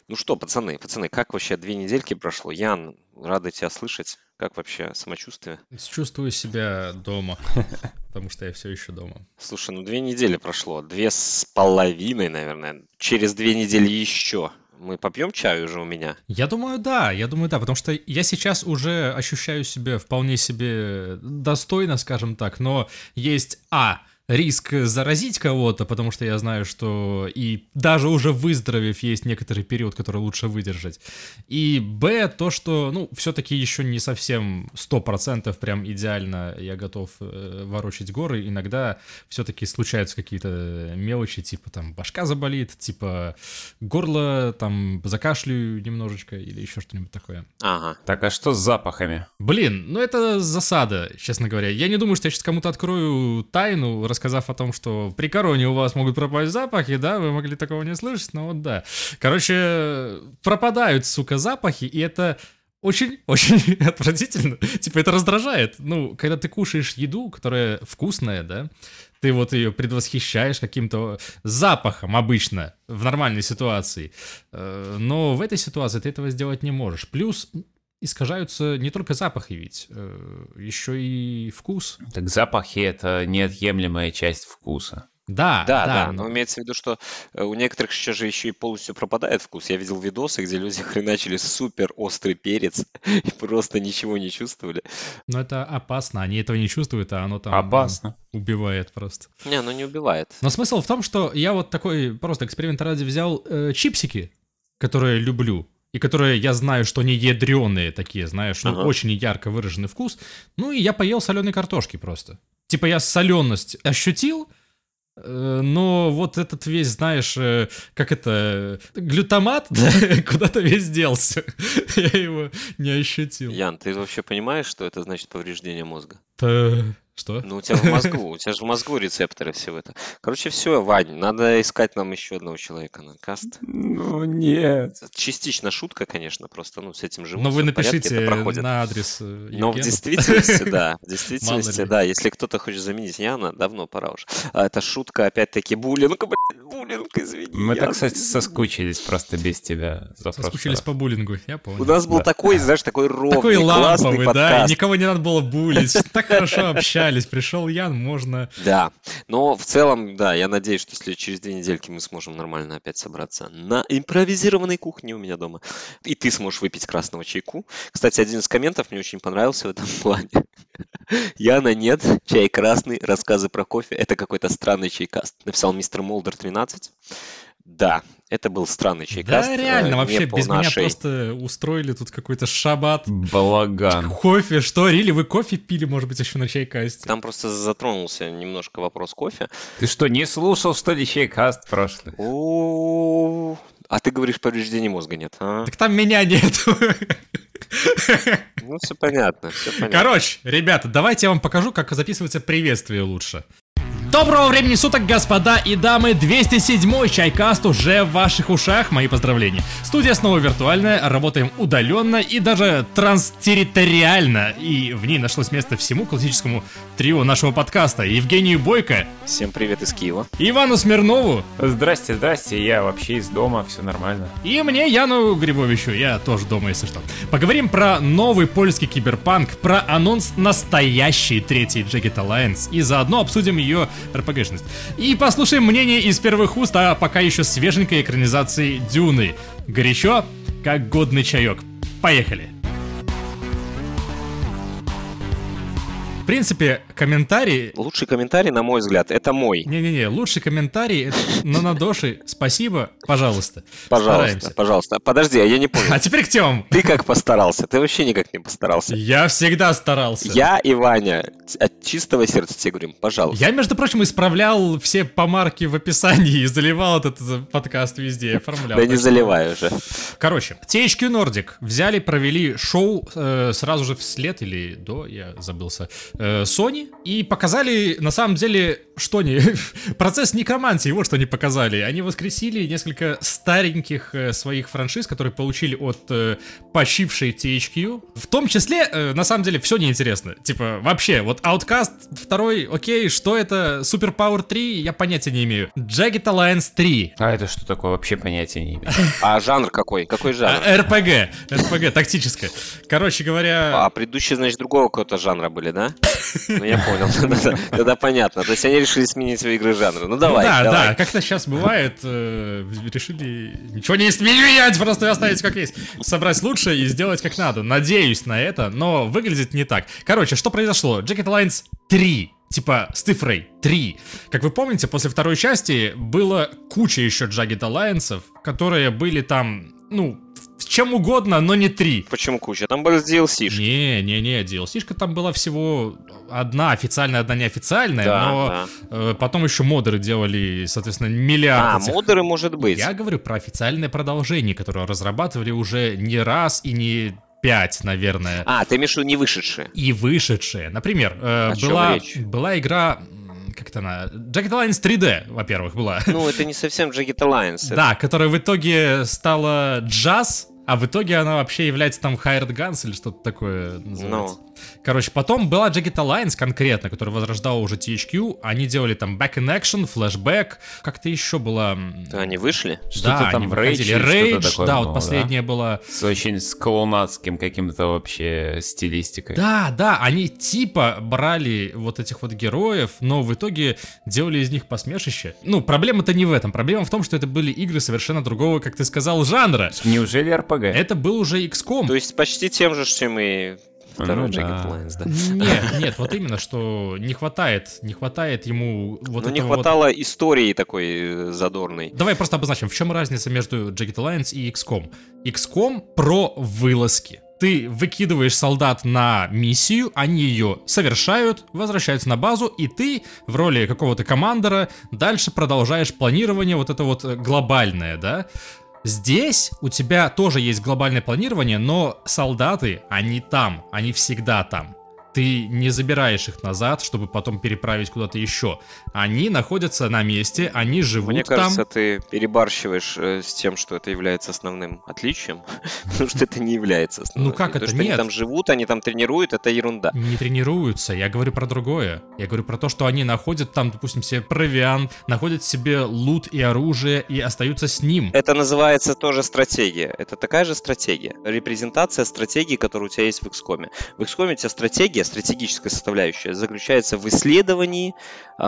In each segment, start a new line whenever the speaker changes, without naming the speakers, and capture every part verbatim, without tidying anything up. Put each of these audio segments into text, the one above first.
Ну что, пацаны, пацаны, как вообще две недельки прошло? Ян, рада тебя слышать. Как вообще самочувствие?
Чувствую себя дома, потому что я все еще дома.
Слушай, ну две недели прошло, две с половиной, наверное. Через две недели еще. Мы попьем чаю уже у меня?
Я думаю, да, я думаю, да, потому что я сейчас уже ощущаю себя вполне себе достойно, скажем так, но есть, а, риск заразить кого-то, потому что я знаю, что и даже уже выздоровев, есть некоторый период, который лучше выдержать. И б, то, что, ну, все-таки еще не совсем сто процентов прям идеально я готов э, ворочать горы. Иногда все-таки случаются какие-то мелочи, типа там башка заболит, типа горло там закашлю немножечко или еще что-нибудь такое.
Ага.
Так, а что с запахами?
Блин, ну это засада, честно говоря. Я не думаю, что я сейчас кому-то открою тайну, рассказав о том, что при короне у вас могут пропасть запахи, да, вы могли такого не слышать, но вот да. Короче, пропадают, сука, запахи, и это очень-очень отвратительно. Типа это раздражает. Ну, когда ты кушаешь еду, которая вкусная, да, ты вот ее предвосхищаешь каким-то запахом обычно в нормальной ситуации. Но в этой ситуации ты этого сделать не можешь. Плюс искажаются не только запахи ведь, э, еще и вкус.
Так запахи — это неотъемлемая часть вкуса.
Да,
Да, да,
да, но имеется в виду, что э, у некоторых сейчас же еще и полностью пропадает вкус. Я видел видосы, где люди хреначили супер острый перец и просто ничего не чувствовали.
Но это опасно, они этого не чувствуют, а оно там
Опасно.
ну, убивает просто.
Не, ну не убивает.
Но смысл в том, что я вот такой просто эксперимент ради взял э, чипсики, которые люблю, и которые я знаю, что они ядреные такие, знаешь, ну,
Ага.
очень ярко выраженный вкус. Ну, и я поел соленой картошки просто. Типа я соленость ощутил, э, но вот этот весь, знаешь, э, как это, глютамат да, куда-то весь делся. Я его не ощутил.
Ян, ты вообще понимаешь, что это значит повреждение мозга?
Та- Что?
Ну, у тебя в мозгу, у тебя же в мозгу рецепторы всего это. Короче, все, Вань, надо искать нам еще одного человека на каст.
Ну нет.
Частично шутка, конечно, просто, ну, с этим живут.
Но вы
всё в порядке, это
напишите
проходит.
на адрес э,
Но в
Евгена.
действительности, да, в
Мало
действительности,
ли.
да, если кто-то хочет заменить Яна, давно пора уже. А это шутка, опять-таки, буллинг, блядь, буллинг, извини.
Мы
Ян.
так, кстати, соскучились просто без тебя. за прошлый
Соскучились
раз.
по буллингу, я
У
понял.
нас был
Да.
такой, знаешь, такой ровный,
Такой
классный
ламповый, да, и
подкаст.
никого не надо было булить. Так хорошо общались. Пришел Ян, можно...
Да, но в целом, да, я надеюсь, что если через две недельки мы сможем нормально опять собраться на импровизированной кухне у меня дома, и ты сможешь выпить красного чайку. Кстати, один из комментов мне очень понравился в этом плане. Яна, нет, чай красный, рассказы про кофе, это какой-то странный чайкаст. Написал мистер Молдер тринадцать. Да, это был странный чайкаст.
Да,
э,
реально,
не
вообще
по
без меня
нашей-
просто устроили тут какой-то шаббат.
Балаган.
Кофе, что, Рили, вы кофе пили, может быть, еще на чайкасте?
Там просто затронулся немножко вопрос кофе.
Ты что, не слушал, что ли, чайкаст прошлый?
О, а ты говоришь, повреждений мозга нет, а?
Так там меня нету.
Ну, все понятно, все понятно.
Короче, ребята, давайте я вам покажу, как записывается приветствие лучше. Доброго времени суток, господа и дамы, двести седьмой чайкаст уже в ваших ушах, мои поздравления. Студия снова виртуальная, работаем удаленно и даже транстерриториально, и в ней нашлось место всему классическому трио нашего подкаста: Евгению Бойко,
Всем привет из Киева.
Ивану Смирнову
Здрасте, здрасте, я вообще из дома, все нормально.
и мне, Яну Грибовичу, я тоже дома, если что. Поговорим про новый польский киберпанк, про анонс настоящей третьей Jagged Alliance и заодно обсудим ее эр пи джи-шность. И послушаем мнение из первых уст о пока еще свеженькой экранизации Дюны. Горячо, как годный чаек. Поехали! В принципе, комментарий...
Лучший комментарий, на мой взгляд, это мой.
Не-не-не, лучший комментарий это на Надоши. Спасибо, пожалуйста.
Пожалуйста,
Стараемся.
пожалуйста. Подожди, а я не понял.
А теперь к темам.
Ты как постарался? Ты вообще никак не постарался.
Я всегда старался.
Я и Ваня от чистого сердца тебе говорим, пожалуйста.
Я, между прочим, исправлял все помарки в описании и заливал этот э, подкаст везде, оформлял.
Да не
Так что-
заливай уже.
Короче, ти эйч кью Nordic взяли, провели шоу э, сразу же вслед или до, я забылся, э, Sony. они и показали, на самом деле, что они... Процесс некромантии, вот что они показали. Они воскресили несколько стареньких э, своих франшиз, которые получили от э, почившей ти эйч кью. В том числе, э, на самом деле, все неинтересно. Типа, вообще, вот Outcast второй, окей, что это? Super Power три, я понятия не имею. Jagged Alliance три.
А это что такое? Вообще понятия не имею.
А жанр какой? Какой жанр?
эр пи джи. эр пи джи, тактическое. Короче говоря...
А предыдущие, значит, другого какого-то жанра были, да? Ну, я понял. Тогда понятно. То есть они решили сменить свои игры жанра. Ну, давай,
Да,
давай.
да, как-то сейчас бывает. Решили ничего не менять, просто оставить как есть. Собрать лучше и сделать как надо. Надеюсь на это, но выглядит не так. Короче, что произошло? Jagged Alliance три. Типа Steve Ray три. Как вы помните, после второй части было куча еще Jagged Alliance'ов, которые были там, ну, в чем угодно, но не три.
Почему куча? Там были ди эл си-шки.
Не-не-не, ди эл си-шка там была всего одна официальная, одна неофициальная,
Да,
но
да.
э, потом еще модеры делали, соответственно, миллиард
А,
этих.
модеры, может быть.
Я говорю про официальное продолжение, которое разрабатывали уже не раз и не пять, наверное.
А, ты имеешь в виду не вышедшие?
И вышедшие. Например, э,
О чем
была,
речь?
была игра, м, как это она, Jagged Alliance три дэ, во-первых, была.
Ну, это не совсем Jagged Alliance.
Да, которая в итоге стала джаз, а в итоге она вообще является там Hired Guns или что-то такое называется.
Ну.
Короче, потом была Jagged Alliance конкретно, которая возрождала уже ти эйч кью. Они делали там Back in Action, Flashback, как-то еще было... м,
Да, они вышли?
Что-то
да,
там
они
Rage
выходили.
или что-то
Rage,
такое
да,
было,
вот последняя
да?
была.
С очень с клоунадским каким-то вообще стилистикой.
Да, да, они типа брали вот этих вот героев, но в итоге делали из них посмешище. Ну, проблема-то не в этом. Проблема в том, что это были игры совершенно другого, как ты сказал, жанра.
Неужели эр пи джи?
Это был уже икс ком.
То есть почти тем же, чем и второй
Ну
Jagged
да.
Alliance, да?
Нет, нет, вот именно, что не хватает, не хватает ему вот
Ну, не
этого вот-
хватало истории такой э, задорной.
Давай просто обозначим, в чем разница между Jagged Alliance и икс ком. икс ком про вылазки. Ты выкидываешь солдат на миссию, они ее совершают, возвращаются на базу, и ты в роли какого-то командора дальше продолжаешь планирование вот это вот э, глобальное, да? Здесь у тебя тоже есть глобальное планирование, но солдаты, они там, они всегда там. Ты не забираешь их назад, чтобы потом переправить куда-то еще. Они находятся на месте, они живут
Мне
там.
кажется, ты перебарщиваешь э, с тем, что это является основным отличием, потому что это не является основным.
Ну как
То,
это?
что они
Нет.
там живут, они там тренируют, это ерунда.
Не тренируются, я говорю про другое. Я говорю про то, что они находят там, допустим, себе провиант, находят себе лут и оружие и остаются с ним.
Это называется тоже стратегия. Это такая же стратегия. Репрезентация стратегии, которая у тебя есть в икс ком. В икс ком у тебя стратегия, стратегическая составляющая, заключается в исследовании, э,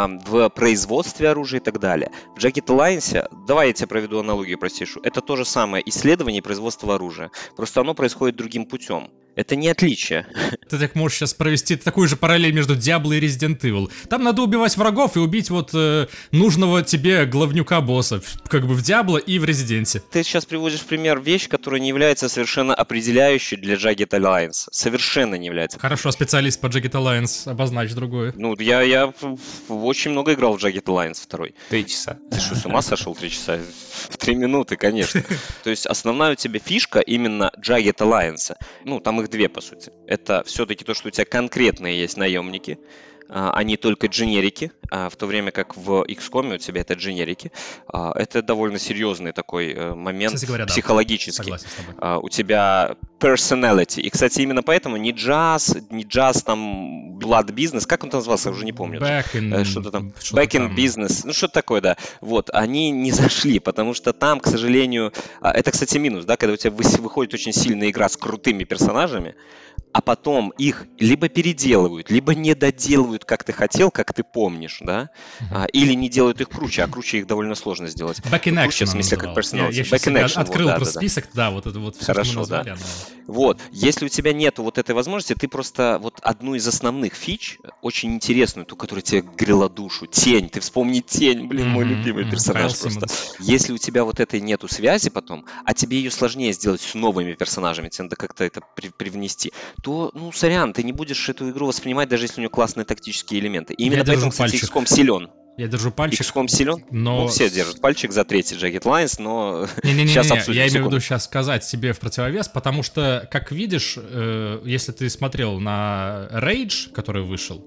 в производстве оружия и так далее. В Jagged Alliance, давай я тебе проведу аналогию простейшую, это то же самое исследование и производство оружия. Просто оно происходит другим путем. Это не отличие.
Ты так можешь сейчас провести такую же параллель между Diablo и Resident Evil. Там надо убивать врагов и убить вот э, нужного тебе главнюка босса, как бы в Diablo и в Resident.
Ты сейчас приводишь в пример вещь, которая не является совершенно определяющей для Jagged Alliance. Совершенно не является.
Хорошо, специалист по Jagged Alliance, обозначь другое.
Ну, я, я в- в- очень много играл в Jagged Alliance второй.
Три часа.
Ты что, с ума сошел три часа? В три минуты, конечно. То есть основная у тебя фишка именно Jagged Alliance. Ну, там их две, по сути. Это все-таки то, что у тебя конкретные есть наемники, а а не только дженерики, а в то время как в икс ком у тебя это дженерики. А, Это довольно серьезный такой э, момент
Кстати говоря, да.
психологический.
Согласен с тобой.
А, У тебя personality. И, кстати, именно поэтому не джаз, не джаз там blood business, как он там назывался, я уже не помню.
Back in...
Э, Что-то там,
что-то
back in
там.
business, ну что-то такое, да. Вот, они не зашли, потому что там, к сожалению, а, это, кстати, минус, да, когда у тебя вы- выходит очень сильная игра с крутыми персонажами, а потом их либо переделывают, либо не доделывают, как ты хотел, как ты помнишь, да, а, или не делают их круче, а круче их довольно сложно сделать.
Back in
Ну,
action
круче, в смысле, как
называлось. Я,
personality.
я
Back
сейчас
in action,
открыл
вот, да,
просто
да, да.
список, да, вот это вот все,
Хорошо,
что мы
да.
назвали, оно-
Вот, если у тебя нету вот этой возможности, ты просто вот одну из основных фич, очень интересную, ту, которая тебе грела душу, тень, ты вспомни тень, блин, мой
Мгм,
любимый
мгм,
персонаж
Кайл
просто.
Симмонс.
Если у тебя вот этой нету связи потом, а тебе ее сложнее сделать с новыми персонажами, тебе надо как-то это при- привнести, то, ну, сорян, ты не будешь эту игру воспринимать, даже если у нее классные тактические элементы. И именно
Я держу
поэтому, кстати,
пальчик.
икс ком силен.
Я держу пальчик,
икс ком силен?
но...
Ну, все держат пальчик за третий Jagged Alliance, но
Не-не-не,
сейчас обсудим.
я имею в
секунду.
виду сейчас сказать себе в противовес, потому что, как видишь, э, если ты смотрел на Rage, который вышел,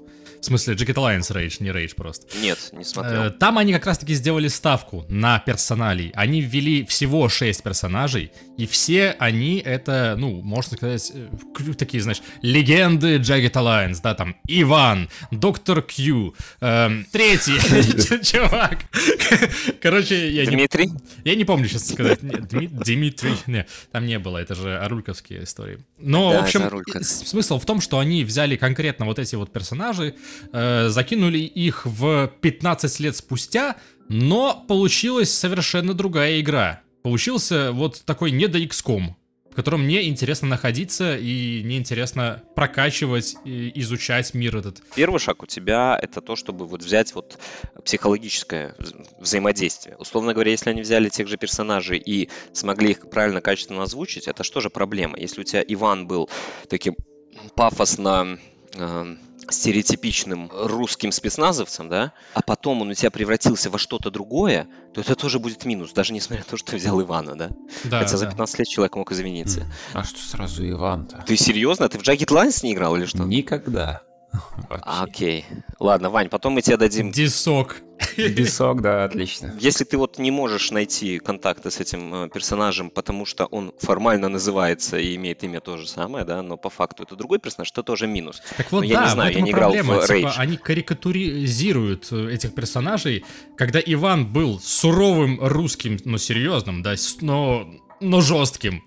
В смысле, Jagged Alliance Rage, не Rage просто.
Нет, не смотрел.
Э, Там они как раз-таки сделали ставку на персоналей. Они ввели всего шесть персонажей, и все они это, ну, можно сказать, э, к- такие, знаешь, легенды Jagged Alliance, да, там, Иван, Доктор Кью, эм, третий чувак. Короче, я не
Дмитрий?
я не помню сейчас сказать. Нет, Дми- Дмитрий. Не, там не было, это же арульковские истории. Но,
Да,
в общем,
это Арулька.
с- смысл в том, что они взяли конкретно вот эти вот персонажи, э, закинули их в пятнадцать лет спустя, но получилась совершенно другая игра. Получился вот такой не до икс ком, в котором мне интересно находиться и мне интересно прокачивать и изучать мир этот.
Первый шаг у тебя это то, чтобы вот взять вот психологическое вза- взаимодействие. Условно говоря, если они взяли тех же персонажей и смогли их правильно, качественно озвучить, это что же проблема? Если у тебя Иван был таким пафосно э, стереотипичным русским спецназовцем, да, а потом он у тебя превратился во что-то другое, то это тоже будет минус, даже несмотря на то, что ты взял Ивана, да?
Да,
Хотя за
да.
пятнадцать лет человек мог извиниться.
А что сразу Иван-то?
Ты серьезно? Ты в Jagged Alliance не играл или что?
Никогда. Вообще.
А, Окей. Ладно, Вань, потом мы тебе дадим.
Дисок.
Бесок, да, отлично.
Если ты вот не можешь найти контакты с этим э, персонажем, потому что он формально называется и имеет имя то же самое, да, но по факту это другой персонаж, то тоже минус.
Так вот,
Но я
да,
не знаю,
в
я
этом
не
и
играл
проблема.
в
Типа,
Rage.
они карикатуризируют э, этих персонажей, когда Иван был суровым русским, но серьезным, да, с- но, но жестким.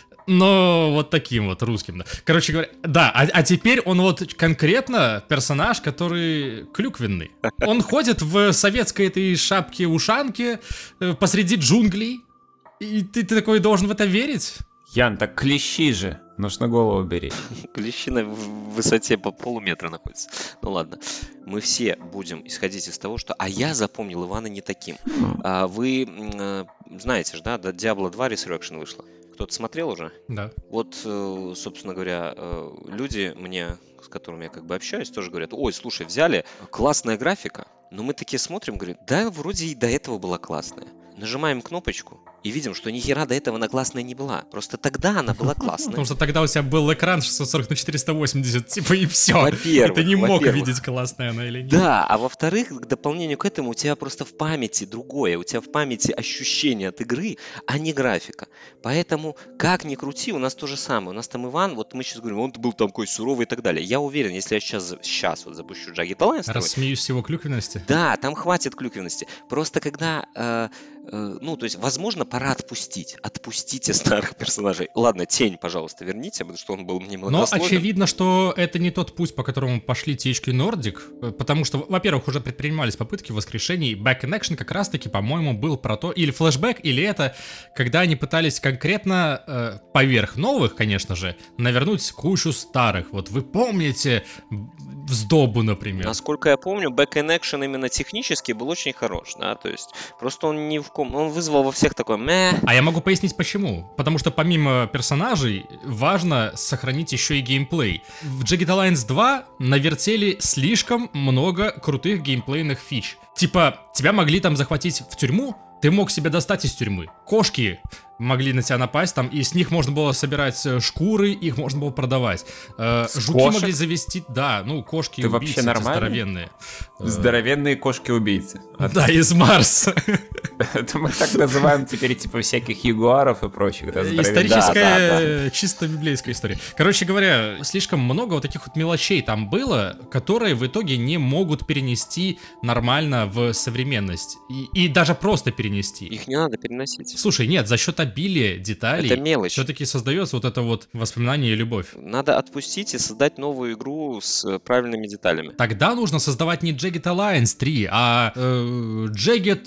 Но вот таким вот русским, да. Короче говоря, да, а, а теперь он вот конкретно персонаж, который клюквенный. Он ходит в советской этой шапке-ушанке э, посреди джунглей, и ты, ты такой должен в это верить?
Ян, так клещи же. Нужно голову беречь.
Клещи на в- высоте по полуметра находится. Ну ладно. Мы все будем исходить из того, что... А я запомнил Ивана не таким. А вы м, э, знаете же, да, до Diablo два Resurrection вышло. Кто-то смотрел уже?
Да.
Вот, э, собственно говоря, э, люди мне, с которыми я как бы общаюсь, тоже говорят: ой, слушай, взяли, классная графика, но мы такие смотрим, говорим, да, вроде и до этого была классная. Нажимаем кнопочку и видим, что ни хера до этого она классная не была. Просто тогда она была классная.
Потому что тогда у тебя был экран шестьсот сорок на четыреста восемьдать, типа, и все.
Во-первых,
И ты не мог
во-первых.
видеть, классная она или нет.
Да, а во-вторых, к дополнению к этому у тебя просто в памяти другое, у тебя в памяти ощущение от игры, а не графика. Поэтому, как ни крути, у нас то же самое. У нас там Иван, вот мы сейчас говорим, он был там такой суровый и так далее. Я уверен, если я сейчас, сейчас вот запущу Jagged Alliance, второй,
Рассмеюсь с его клюквенности.
да, там хватит клюквенности. Просто когда, э, э, ну, то есть, возможно, пора отпустить. Отпустите старых персонажей. Ладно, Тень, пожалуйста, верните, потому что он был
Но
немногословен.
очевидно, что это не тот путь, по которому пошли ти эйч кью Nordic, э, потому что, во-первых, уже предпринимались попытки воскрешений. Back in Action как раз-таки, по-моему, был про то, или флешбэк, или это, когда они пытались конкретно, э, поверх новых, конечно же, навернуть кучу старых. Вот вы помните Вздобу, например.
Насколько я помню, Back in Action именно технически был очень хорош, да, то есть просто он ни в ком, он вызвал во всех такой мeh.
А я могу пояснить почему. Потому что помимо персонажей важно сохранить еще и геймплей. В Jagged Alliance два навертели слишком много крутых геймплейных фич. Типа, тебя могли там захватить в тюрьму, ты мог себя достать из тюрьмы. Кошки могли на тебя напасть там, и с них можно было собирать э, шкуры, их можно было продавать. Э,
С
жуки
кошек?
могли завести, да, ну, кошки
Ты
убийцы
вообще
эти
нормальный?
здоровенные. Э,
Здоровенные кошки-убийцы.
Да, из Марса.
Это мы так называем теперь типа всяких ягуаров и прочих. Да, здоровенных.
Историческая,
Да,
чисто библейская история. Короче говоря, слишком много вот таких вот мелочей там было, которые в итоге не могут перенести нормально в современность. И, и даже просто перенести.
Их не надо переносить.
Слушай, нет, за счет обилия деталей
Это мелочь.
все-таки создается вот это вот воспоминание и любовь.
Надо отпустить и создать новую игру с э, правильными деталями.
Тогда нужно создавать не Jagged Alliance три, а э, Jagged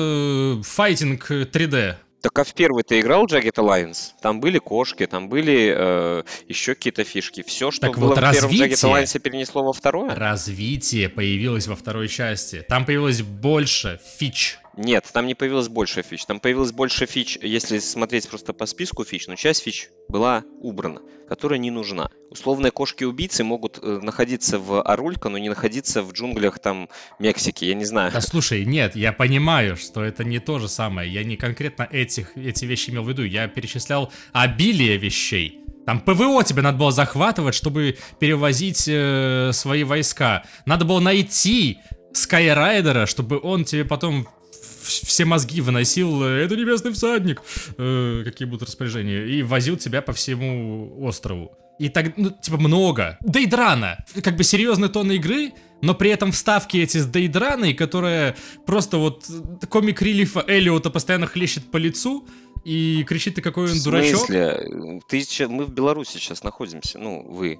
э, Fighting три дэ.
Так а в первый ты играл Jagged Alliance? Там были кошки, там были э, еще какие-то фишки. Все, что
Так
было
вот,
в первом Jagged
развитие-
Alliance, перенесло во второе?
Развитие появилось во второй части. Там появилось больше фич.
Нет, там не появилось больше фич. Там появилось больше фич, если смотреть просто по списку фич, но часть фич была убрана, которая не нужна. Условные кошки-убийцы могут э, находиться в Арулько, но не находиться в джунглях там Мексики, я не знаю.
Да слушай, нет, я понимаю, что это не то же самое. Я не конкретно этих, эти вещи имел в виду. Я перечислял обилие вещей. Там ПВО тебе надо было захватывать, чтобы перевозить э, свои войска. Надо было найти Скайрайдера, чтобы он тебе потом все мозги выносил. Это небесный всадник. Э, какие будут распоряжения. И возил тебя по всему острову. И так, ну, типа, много. Дейдрана. Как бы серьезный тон игры, но при этом вставки эти с Дейдраной, которая просто вот комик релифа Эллиота постоянно хлещет по лицу и кричит: ты какой он дурачок.
В смысле? Ты сейчас, мы в Беларуси сейчас находимся, ну, вы.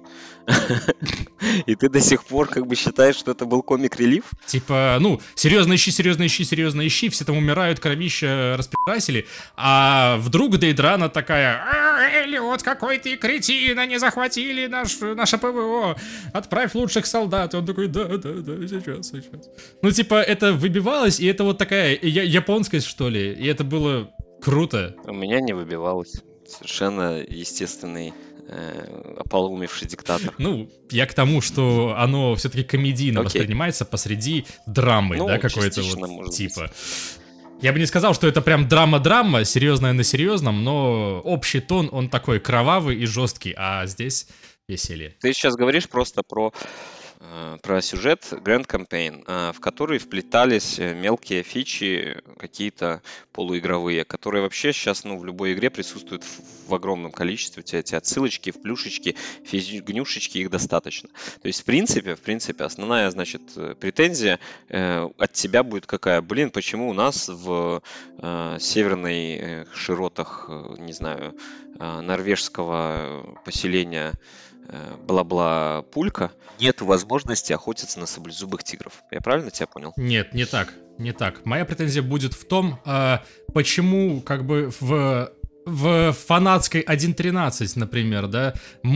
И ты до сих пор как бы считаешь, что это был комик-релиф?
Типа, ну, серьезно ищи, серьезно ищи, серьезно ищи, все там умирают, кровища распи***сили, а вдруг Дейдрана такая: Эллиот, какой ты кретин, они захватили наш, наше ПВО, отправь лучших солдат. И он такой: да, да, да, сейчас, сейчас. Ну, типа, это выбивалось, и это вот такая я- японскость, что ли, и это было круто.
У меня не выбивалось. Совершенно естественный э, ополоумевший диктатор.
Ну, я к тому, что оно все-таки комедийно
Окей.
воспринимается посреди драмы,
Ну,
да, какой-то
частично,
вот
может
типа. Я бы не сказал, что это прям драма-драма, серьезная на серьезном, но общий тон, он такой кровавый и жесткий, а здесь веселье.
Ты сейчас говоришь просто про, э, про сюжет Grand Campaign, э, в который вплетались э, мелкие фичи, какие-то полуигровые, которые вообще сейчас, ну, в любой игре присутствуют в, в огромном количестве. У тебя эти отсылочки, вплюшечки, фигнюшечки, их достаточно. То есть, в принципе, в принципе, основная, значит, э, претензия э, от тебя будет какая? Блин, почему у нас в э, северной э, широтах, э, не знаю, э, норвежского поселения э, бла-бла пулька нет возможности охотиться на саблезубых тигров. Я правильно тебя понял?
Нет, не так, не так. Моя претензия будет в том, э, почему как бы в, в фанатской один тринадцать, например, да,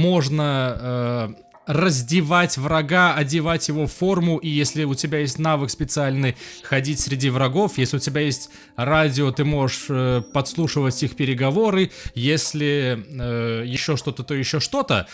можно э, раздевать врага, одевать его в форму, и если у тебя есть навык специальный ходить среди врагов, если у тебя есть радио, ты можешь э, подслушивать их переговоры, если э, еще что-то, то еще что-то,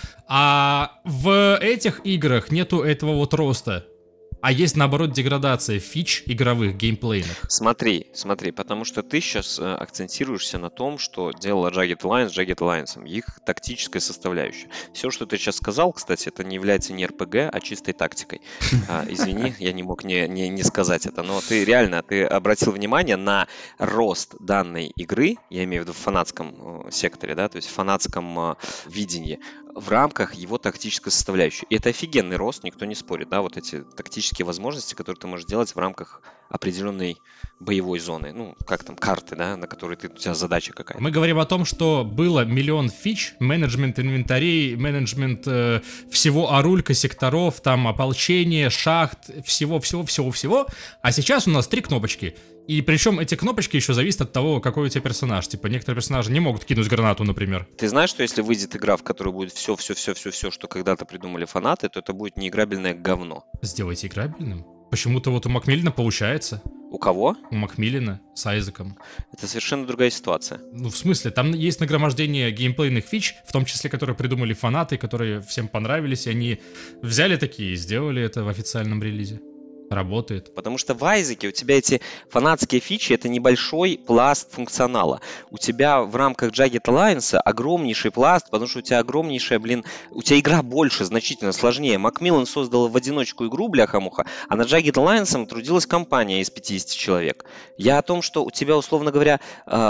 а в этих играх нету этого вот роста. А есть, наоборот, деградация фич игровых, геймплейных.
Смотри, смотри, потому что ты сейчас э, акцентируешься на том, что делала Jagged Alliance Jagged Alliance, их тактическая составляющая. Все, что ты сейчас сказал, кстати, это не является не эр пи джи, а чистой тактикой. А, извини, я не мог не, не, не сказать это, но ты реально, ты обратил внимание на рост данной игры, я имею в виду в фанатском э, секторе, да, то есть в фанатском э, видении, в рамках его тактической составляющей. И это офигенный рост, никто не спорит, да, вот эти тактические возможности, которые ты можешь делать в рамках определенной боевой зоны, ну, как там, карты, да, на которой ты, у тебя задача какая-то.
Мы говорим о том, что было миллион фич, менеджмент инвентарей, менеджмент э, всего орулька, секторов, там, ополчение, шахт, всего-всего-всего-всего, а сейчас у нас три кнопочки. И причем эти кнопочки еще зависят от того, какой у тебя персонаж. Типа, некоторые персонажи не могут кинуть гранату, например.
Ты знаешь, что если выйдет игра, в которой будет все-все-все-все-все, что когда-то придумали фанаты, то это будет неиграбельное говно.
Сделайте играбельным. Почему-то вот у Макмиллина получается.
У кого?
У Макмиллина с Айзеком.
Это совершенно другая ситуация.
Ну, в смысле, там есть нагромождение геймплейных фич, в том числе, которые придумали фанаты, которые всем понравились, и они взяли такие и сделали это в официальном релизе. Работает.
Потому что в Айзеке у тебя эти фанатские фичи — это небольшой пласт функционала. У тебя в рамках Jagged Alliance огромнейший пласт, потому что у тебя огромнейшая, блин, у тебя игра больше, значительно сложнее. Макмиллан создал в одиночку игру, бляха-муха, а на Jagged Alliance трудилась компания из пятьдесят человек. Я о том, что у тебя, условно говоря,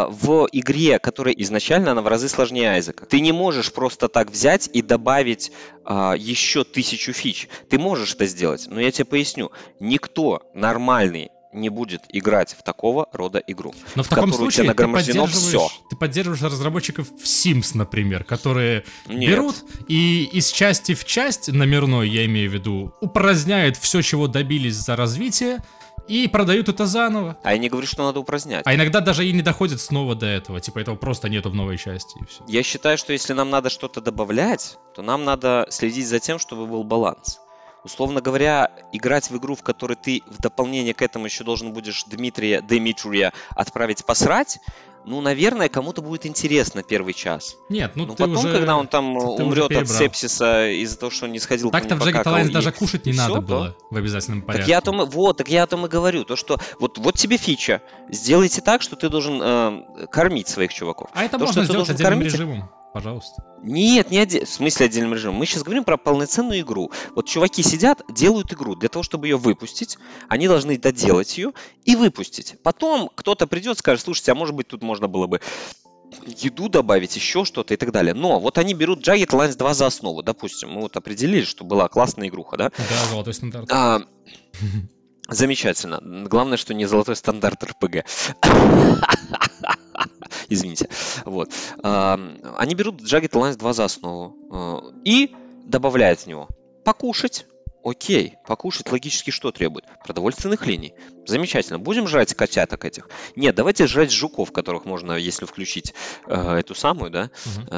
в игре, которая изначально она в разы сложнее Айзека, ты не можешь просто так взять и добавить еще тысячу фич. Ты можешь это сделать, но я тебе поясню. Никто нормальный не будет играть в такого рода игру.
Но в, в таком случае ты поддерживаешь,
все.
ты поддерживаешь разработчиков в Sims, например, которые
Нет.
берут и из части в часть, номерной, я имею в виду, упраздняют все, чего добились за развитие, и продают это заново.
А я не говорю, что надо упразднять.
А иногда даже и не доходят снова до этого. Типа этого просто нету в новой части, и все.
Я считаю, что если нам надо что-то добавлять, то нам надо следить за тем, чтобы был баланс. Условно говоря, играть в игру, в которой ты в дополнение к этому еще должен будешь Дмитрия, Дмитрия отправить посрать, ну, наверное, кому-то будет интересно первый час.
Нет, ну
Но
ты
потом,
уже,
когда он там
ты
умрет от сепсиса из-за того, что он не сходил,
так-то в Jagged Alliance даже кушать не надо
все,
было
то...
в обязательном порядке.
Так я о том, вот, так я о том и говорю, то что вот, вот тебе фича, сделайте так, что ты должен э, кормить своих чуваков.
А это
то,
можно
что
сделать
ты
отдельным
кормить...
режимом. Пожалуйста.
Нет, не оде... в смысле отдельным режимом. Мы сейчас говорим про полноценную игру. Вот чуваки сидят, делают игру. Для того, чтобы ее выпустить, они должны доделать ее и выпустить. Потом кто-то придет, скажет, слушайте, а может быть тут можно было бы еду добавить, еще что-то и так далее. Но вот они берут Jagged Alliance два за основу. Допустим, мы вот определили, что была классная игруха, да?
Да, золотой стандарт.
А, замечательно. Главное, что не золотой стандарт эр пи джи. Извините. Вот. А, они берут Jagged Alliance два за основу а, и добавляют в него покушать. Окей, покушать логически что требует? Продовольственных линий. Замечательно. Будем жрать котяток этих? Нет, давайте жрать жуков, которых можно, если включить э, эту самую, да,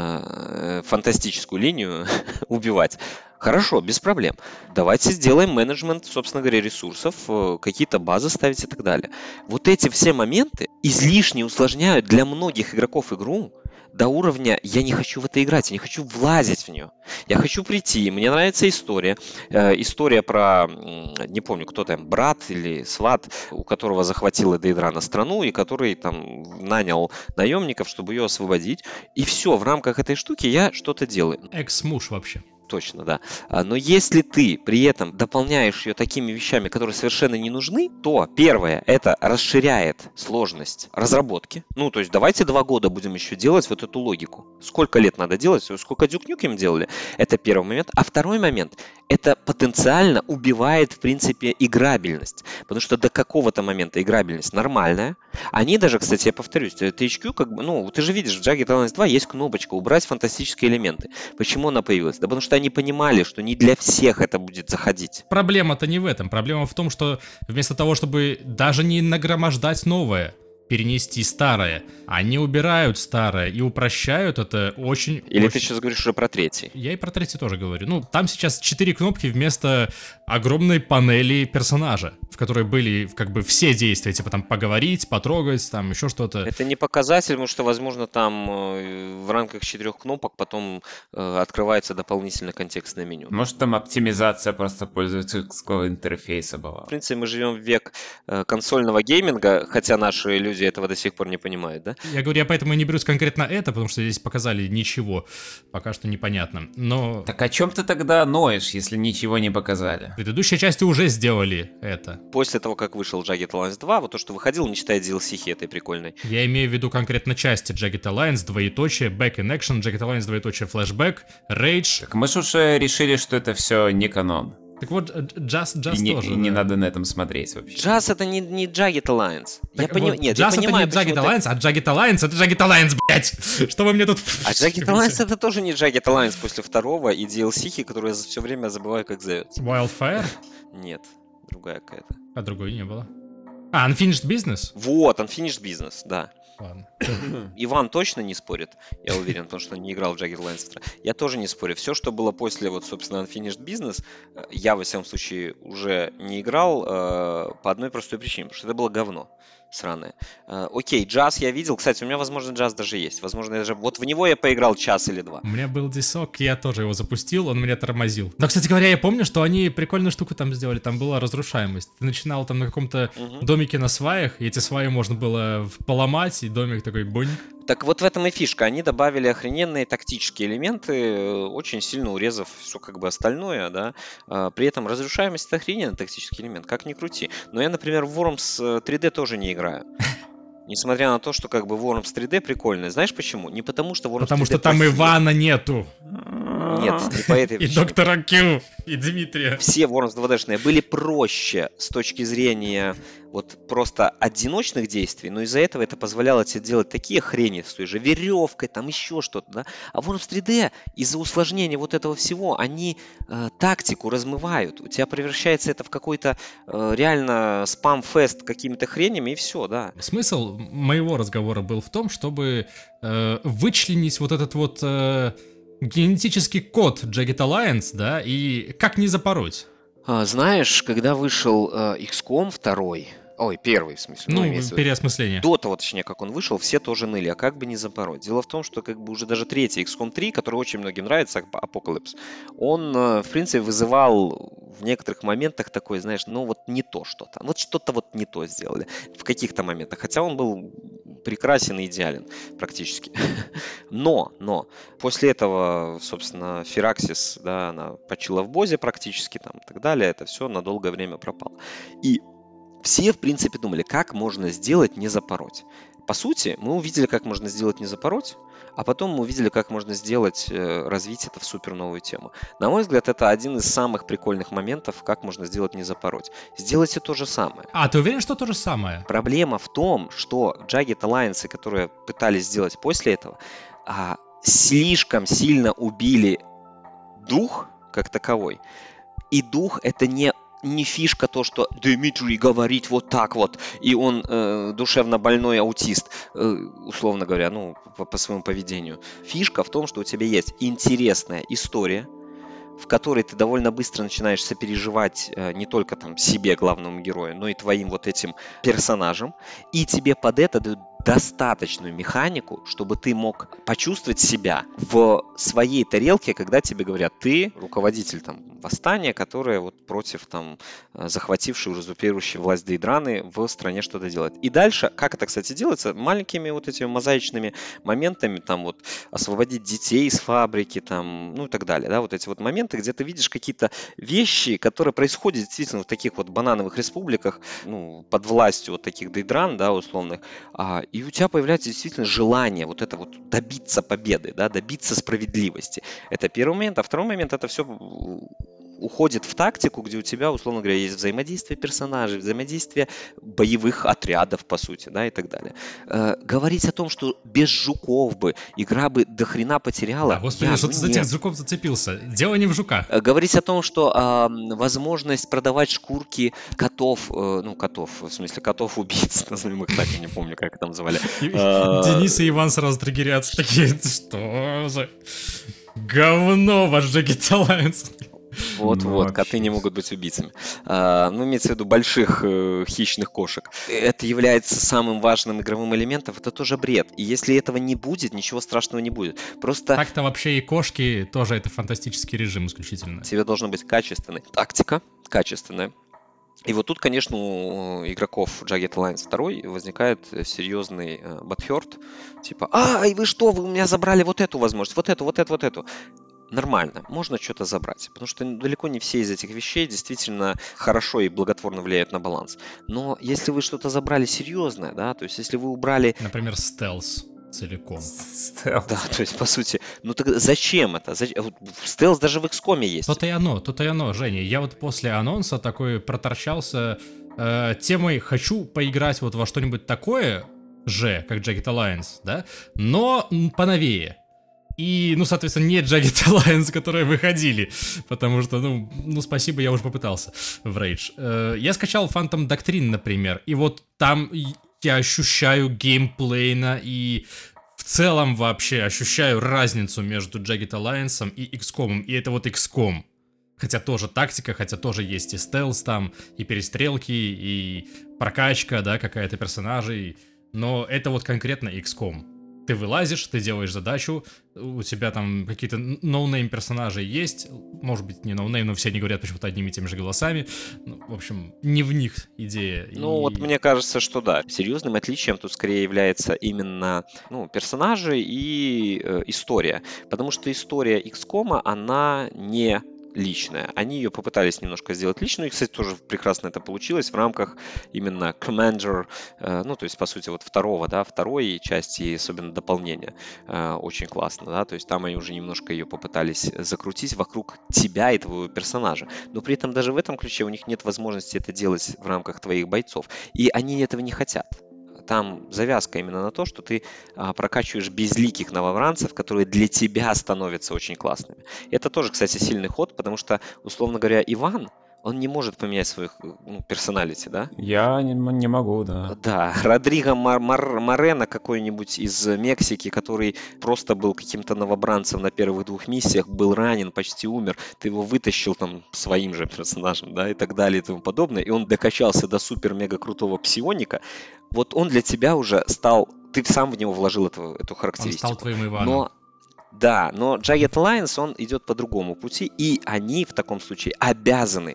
э, фантастическую линию, убивать. Хорошо, без проблем. Давайте сделаем менеджмент, собственно говоря, ресурсов, э, какие-то базы ставить и так далее. Вот эти все моменты излишне усложняют для многих игроков игру, до уровня «я не хочу в это играть, я не хочу влазить в нее». Я хочу прийти, мне нравится история. Э, история про, не помню, кто там, брат или сват, у которого захватила Дейдрана страну, и который там нанял наемников, чтобы ее освободить. И все, в рамках этой штуки я что-то делаю.
Экс-муж вообще.
Точно, да. Но если ты при этом дополняешь ее такими вещами, которые совершенно не нужны, то первое, это расширяет сложность разработки. Ну, то есть давайте два года будем еще делать вот эту логику. Сколько лет надо делать, сколько Duke Nukem делали, это первый момент. А второй момент, это потенциально убивает, в принципе, играбельность. Потому что до какого-то момента играбельность нормальная. Они даже, кстати, я повторюсь, ти эйч кью, как бы, ну, ты же видишь, в Jagged Alliance два есть кнопочка «Убрать фантастические элементы». Почему она появилась? Да потому что они понимали, что не для всех это будет заходить.
Проблема-то не в этом. Проблема в том, что вместо того, чтобы даже не нагромождать новое, перенести старое, они убирают старое и упрощают это очень...
Или
очень...
ты сейчас говоришь уже про третий?
Я и про третий тоже говорю. Ну, там сейчас четыре кнопки вместо огромной панели персонажа, в которой были как бы все действия, типа там поговорить, потрогать, там еще что-то.
Это не показатель, потому что, возможно, там э, в рамках четырех кнопок потом э, открывается дополнительное контекстное меню.
Может, там оптимизация просто пользовательского интерфейса была.
В принципе, мы живем в век э, консольного гейминга, хотя наши люди этого до сих пор не понимают, да?
Я говорю, я поэтому и не берусь конкретно это, потому что здесь показали ничего, пока что непонятно. Но...
Так о чем ты тогда ноешь, если ничего не показали?
Предыдущие части уже сделали это.
После того, как вышел Jagged Alliance два, вот то, что выходило, не считая ди эл си-хи этой прикольной.
Я имею в виду конкретно части Jagged Alliance, двоеточие, Back in Action, Jagged Alliance, двоеточие, Flashback, Rage.
Так мы же уже решили, что это все не канон.
Так вот, Just, Just
И не,
тоже.
и
да.
не надо на этом смотреть вообще.
Джаз это не, не Jagged Alliance. Я
Так
пони...
вот,
Нет,
Just
я
это
понимаю,
не Jagged
почему
Alliance, а Jagged Alliance это Jagged Alliance, блять! Что вы мне тут...
А Jagged Alliance это тоже не Jagged Alliance после второго и ди эл си-хи, которую я все время забываю, как зовется.
Wildfire?
Нет, другая какая-то.
А другой не было. А, Unfinished Business?
Вот, Unfinished Business, да.
Ладно.
Иван точно не спорит, я уверен, потому что он не играл в Jagged Alliance два. Я тоже не спорю. Все, что было после, вот, собственно, Unfinished Business, я, во всяком случае, уже не играл э, по одной простой причине, потому что это было говно сраное. Э, окей, джаз я видел. Кстати, у меня, возможно, джаз даже есть. Возможно, я даже... Вот в него я поиграл час или два.
У меня был дисок, я тоже его запустил, он меня тормозил. Но, кстати говоря, я помню, что они прикольную штуку там сделали, там была разрушаемость. Ты начинал там на каком-то
Угу.
домике на сваях, и эти сваи можно было поломать, и домик такой бонь.
Так вот в этом и фишка. Они добавили охрененные тактические элементы, очень сильно урезав все как бы остальное, да. А, при этом разрушаемость — это охрененный тактический элемент, как ни крути. Но я, например, в Worms три дэ тоже не играю. Несмотря на то, что как бы Worms три дэ прикольный. Знаешь почему? Не потому что Worms
Потому
три дэ
что там
плохие.
Ивана нету.
Нет, не по этой
И
причине.
доктора Кью, и Дмитрия.
Все Worms два дэ-шные были проще с точки зрения вот просто одиночных действий, но из-за этого это позволяло тебе делать такие хрени с той же веревкой, там еще что-то, да. А в Worms три дэ из-за усложнения вот этого всего они э, тактику размывают. У тебя превращается это в какой-то э, реально спам-фест какими-то хренями, и все, да.
Смысл моего разговора был в том, чтобы э, вычленить вот этот вот э, генетический код Jagged Alliance, да, и как не запороть.
А, знаешь, когда вышел э, икс ком два, ой, первый в смысле,
Ну,
имеется в виду,
переосмысление.
до того, точнее, как он вышел, все тоже ныли, а как бы не запороть. Дело в том, что как бы уже даже третий икс ком три, который очень многим нравится, Apocalypse, он, э, в принципе, вызывал в некоторых моментах такой, знаешь, ну вот не то что-то. Вот что-то вот не то сделали в каких-то моментах. Хотя он был прекрасен и идеален практически. Но, но, после этого, собственно, Firaxis, да, она почила в Бозе практически там и так далее, это все на долгое время пропало. И все, в принципе, думали, как можно сделать не запороть. По сути, мы увидели, как можно сделать не запороть, а потом мы увидели, как можно сделать, э, развить это в супер новую тему. На мой взгляд, это один из самых прикольных моментов, как можно сделать не запороть. Сделайте то же самое.
А, ты уверен, что то же самое?
Проблема в том, что Jagged Alliance, которые пытались сделать после этого, а, слишком сильно убили дух как таковой. И дух — это не не фишка то, что Дмитрий говорит вот так вот, и он э, душевно больной аутист, э, условно говоря, ну, по, по своему поведению. Фишка в том, что у тебя есть интересная история, в которой ты довольно быстро начинаешь сопереживать э, не только там себе, главному герою, но и твоим вот этим персонажам, и тебе под это дают достаточную механику, чтобы ты мог почувствовать себя в своей тарелке, когда тебе говорят, ты руководитель там восстания, которое вот против там захватившей, узурпирующей власть Дейдраны в стране что-то делает. И дальше, как это, кстати, делается, маленькими вот этими мозаичными моментами, там вот освободить детей из фабрики, там, ну и так далее, да, вот эти вот моменты, где ты видишь какие-то вещи, которые происходят действительно в таких вот банановых республиках, ну, под властью вот таких Дейдран, да, условных, а, и у тебя появляется действительно желание вот это вот добиться победы, да, добиться справедливости. Это первый момент. А второй момент — это все уходит в тактику, где у тебя, условно говоря, есть взаимодействие персонажей, взаимодействие боевых отрядов, по сути, да, и так далее. Э, говорить о том, что без жуков бы игра бы до хрена потеряла...
Да, господи,
я,
что
ну,
ты за
нет.
тех жуков зацепился? Дело не в жуках.
Э, говорить о том, что э, возможность продавать шкурки котов, э, ну, котов, в смысле котов-убийц, назовем их так, я не помню, как их там называли.
Денис и Иван сразу триггерятся, такие, что за говно ваш Jagged Alliance.
Вот-вот, ну, коты не могут быть убийцами. А, ну, имеется в виду больших э, хищных кошек. Это является самым важным игровым элементом. Это тоже бред. И если этого не будет, ничего страшного не будет. Просто...
Так-то вообще и кошки тоже это фантастический режим исключительно.
Тебе должна быть качественная тактика, качественная. И вот тут, конечно, у игроков Jagged Alliance два возникает серьезный э, бадхёрт. Типа, ай, вы что, вы у меня забрали вот эту возможность, вот эту, вот эту, вот эту. Нормально, можно что-то забрать, потому что далеко не все из этих вещей действительно хорошо и благотворно влияют на баланс. Но если вы что-то забрали серьезное, да, то есть если вы убрали...
Например, стелс целиком.
Стелс.
Да, то есть, по сути, ну так зачем это? Зачем? Стелс даже в икс ком есть.
То-то и оно, то-то и оно, Женя. Я вот после анонса такой проторчался э, темой «хочу поиграть вот во что-нибудь такое же, как Jagged Alliance», да, но поновее. И, ну, соответственно, не Jagged Alliance, которые выходили, потому что, ну, ну, спасибо, я уже попытался в Rage. Э, я скачал Phantom Doctrine, например, и вот там я ощущаю геймплейно и в целом вообще ощущаю разницу между Jagged Alliance и икс ком, и это вот икс ком. Хотя тоже тактика, хотя тоже есть и стелс там, и перестрелки, и прокачка, да, какая-то персонажей, но это вот конкретно икс ком. Ты вылазишь, ты делаешь задачу, у тебя там какие-то ноунейм персонажи есть, может быть, не ноунейм, но все они говорят почему-то одними и теми же голосами. Ну, в общем, не в них идея.
Ну,
и...
вот мне кажется, что да. Серьезным отличием тут скорее является именно, ну, персонажи и э, история. Потому что история икс ком, она не... личная. Они ее попытались немножко сделать личную, и, кстати, тоже прекрасно это получилось в рамках именно Commander, э, ну, то есть, по сути, вот второго, да, второй части, особенно дополнения, э, очень классно, да, то есть там они уже немножко ее попытались закрутить вокруг тебя и твоего персонажа, но при этом даже в этом ключе у них нет возможности это делать в рамках твоих бойцов, и они этого не хотят. Там завязка именно на то, что ты а, прокачиваешь безликих новобранцев, которые для тебя становятся очень классными. Это тоже, кстати, сильный ход, потому что, условно говоря, Иван, он не может поменять своих, ну, персоналити, да?
Я не, не могу, да.
Да, Родриго Мар- Мар- Морено какой-нибудь из Мексики, который просто был каким-то новобранцем на первых двух миссиях, был ранен, почти умер, ты его вытащил там своим же персонажем, да, и так далее и тому подобное, и он докачался до супер-мега-крутого псионика, вот он для тебя уже стал, ты сам в него вложил эту, эту характеристику.
Он стал твоим Иваном.
Но да, но Jagged Alliance, он идет по другому пути, и они в таком случае обязаны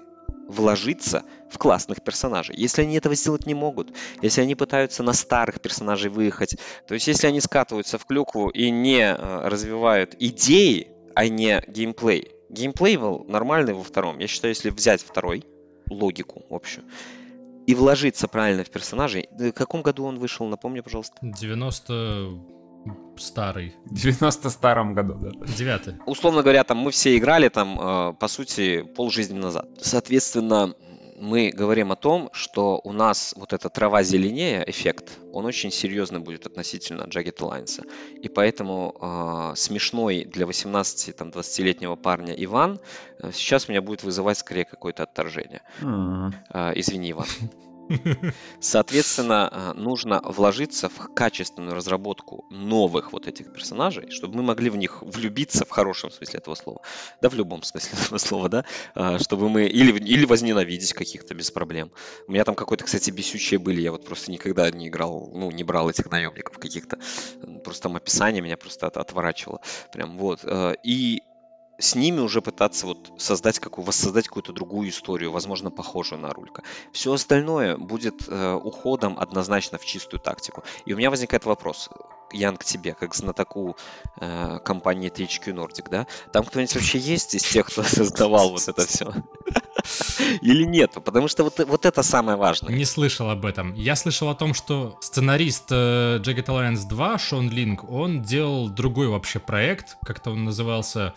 вложиться в классных персонажей. Если они этого сделать не могут, если они пытаются на старых персонажей выехать, то есть если они скатываются в клюкву и не э, развивают идеи, а не геймплей. Геймплей был нормальный во втором. Я считаю, если взять второй, логику общую, и вложиться правильно в персонажей. В каком году он вышел, напомни, пожалуйста.
девяносто старый.
В девяносто старом году, да.
Девятый.
Условно говоря, там мы все играли там, э, по сути, полжизни назад. Соответственно, мы говорим о том, что у нас вот эта трава зеленее эффект, он очень серьезный будет относительно Jagged Alliance. И поэтому э, смешной для восемнадцати-двадцатилетнего парня Иван э, сейчас меня будет вызывать скорее какое-то отторжение.
М.
Э, извини, Иван. Соответственно, э, нужно вложиться в качественную разработку новых вот этих персонажей, чтобы мы могли в них влюбиться в хорошем смысле этого слова. Да, в любом смысле этого слова, да. Э, Чтобы мы... Или, или возненавидеть каких-то без проблем. У меня там какой-то, кстати, бесючие были. Я вот просто никогда не играл, ну, не брал этих наемников каких-то. Просто там описание меня просто от- отворачивало. Прям вот. Э, И с ними уже пытаться вот создать какую, воссоздать какую-то другую историю, возможно, похожую на Рулька. Все остальное будет э, уходом однозначно в чистую тактику. И у меня возникает вопрос, Ян, к тебе, как знатоку э, компании ти эйч кью Nordic, да? Там кто-нибудь вообще есть из тех, кто создавал вот это все? Или нету? Потому что вот, вот это самое важное.
Не слышал об этом. Я слышал о том, что сценарист э, Jagged Alliance два, Шон Линк, он делал другой вообще проект, как-то он назывался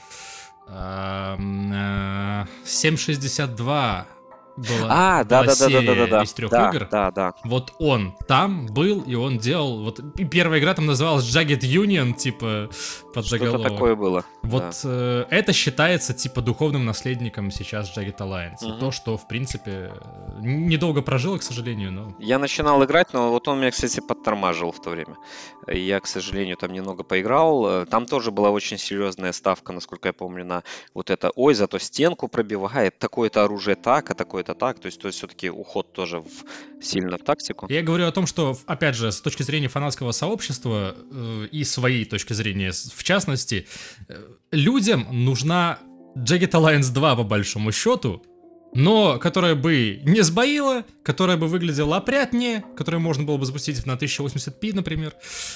эм, э, семь шестьдесят два. Была,
А, да,
была
да, да, да, да, да,
серия
да,
из трех
да,
игр.
да, да.
Вот он там был, и он делал... Вот и первая игра там называлась Jagged Union, типа, под
Что-то
заголовок.
такое было.
Вот
да.
э, это считается, типа, духовным наследником сейчас Jagged Alliance.
Мгм.
То, что, в принципе, э, недолго прожило, к сожалению, но...
Я начинал играть, но вот он меня, кстати, подтормаживал в то время. И я, к сожалению, там немного поиграл. Э, Там тоже была очень серьезная ставка, насколько я помню, на вот это, ой, зато стенку пробивает, такое-то оружие так, а такое-то так. То есть, то есть все-таки уход тоже в, сильно в тактику.
Я говорю о том, что, опять же, с точки зрения фанатского сообщества э, и своей точки зрения, с- в частности, э, людям нужна Jagged Alliance два, по большому счету, но которая бы не сбоила, которая бы выглядела опрятнее, которую можно было бы запустить на тысяча восемьдесят пи, например,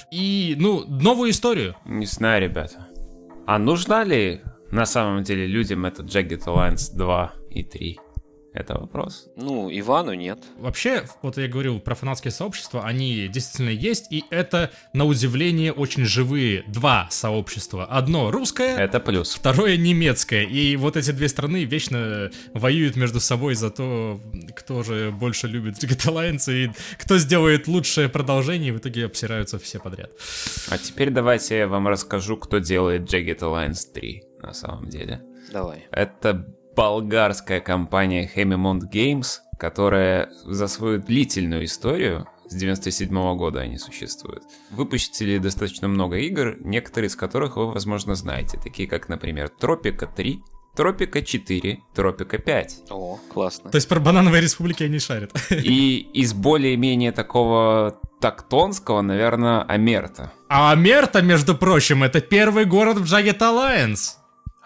и, ну, новую историю.
Не знаю, ребята. А нужна ли на самом деле людям этот Jagged Alliance два и три? Это вопрос.
Ну, Ивану нет.
Вообще, вот я говорил про фанатские сообщества, они действительно есть, и это, на удивление, очень живые два сообщества. Одно русское,
Это плюс.
второе немецкое. И вот эти две страны вечно воюют между собой за то, кто же больше любит Jagged Alliance и кто сделает лучшее продолжение, и в итоге обсираются все подряд.
А теперь давайте я вам расскажу, кто делает Jagged Alliance три на самом деле.
Давай.
Это болгарская компания Hemimont Games, которая за свою длительную историю, с девяносто седьмого года они существуют, выпустили достаточно много игр, некоторые из которых вы, возможно, знаете, такие как, например, Тропика три, Тропика четыре, Тропика пять.
О, классно.
То есть про банановые республики они шарят.
И из более-менее такого тактонского, наверное, Амерта.
А Амерта, между прочим, это первый город в Jagged Alliance.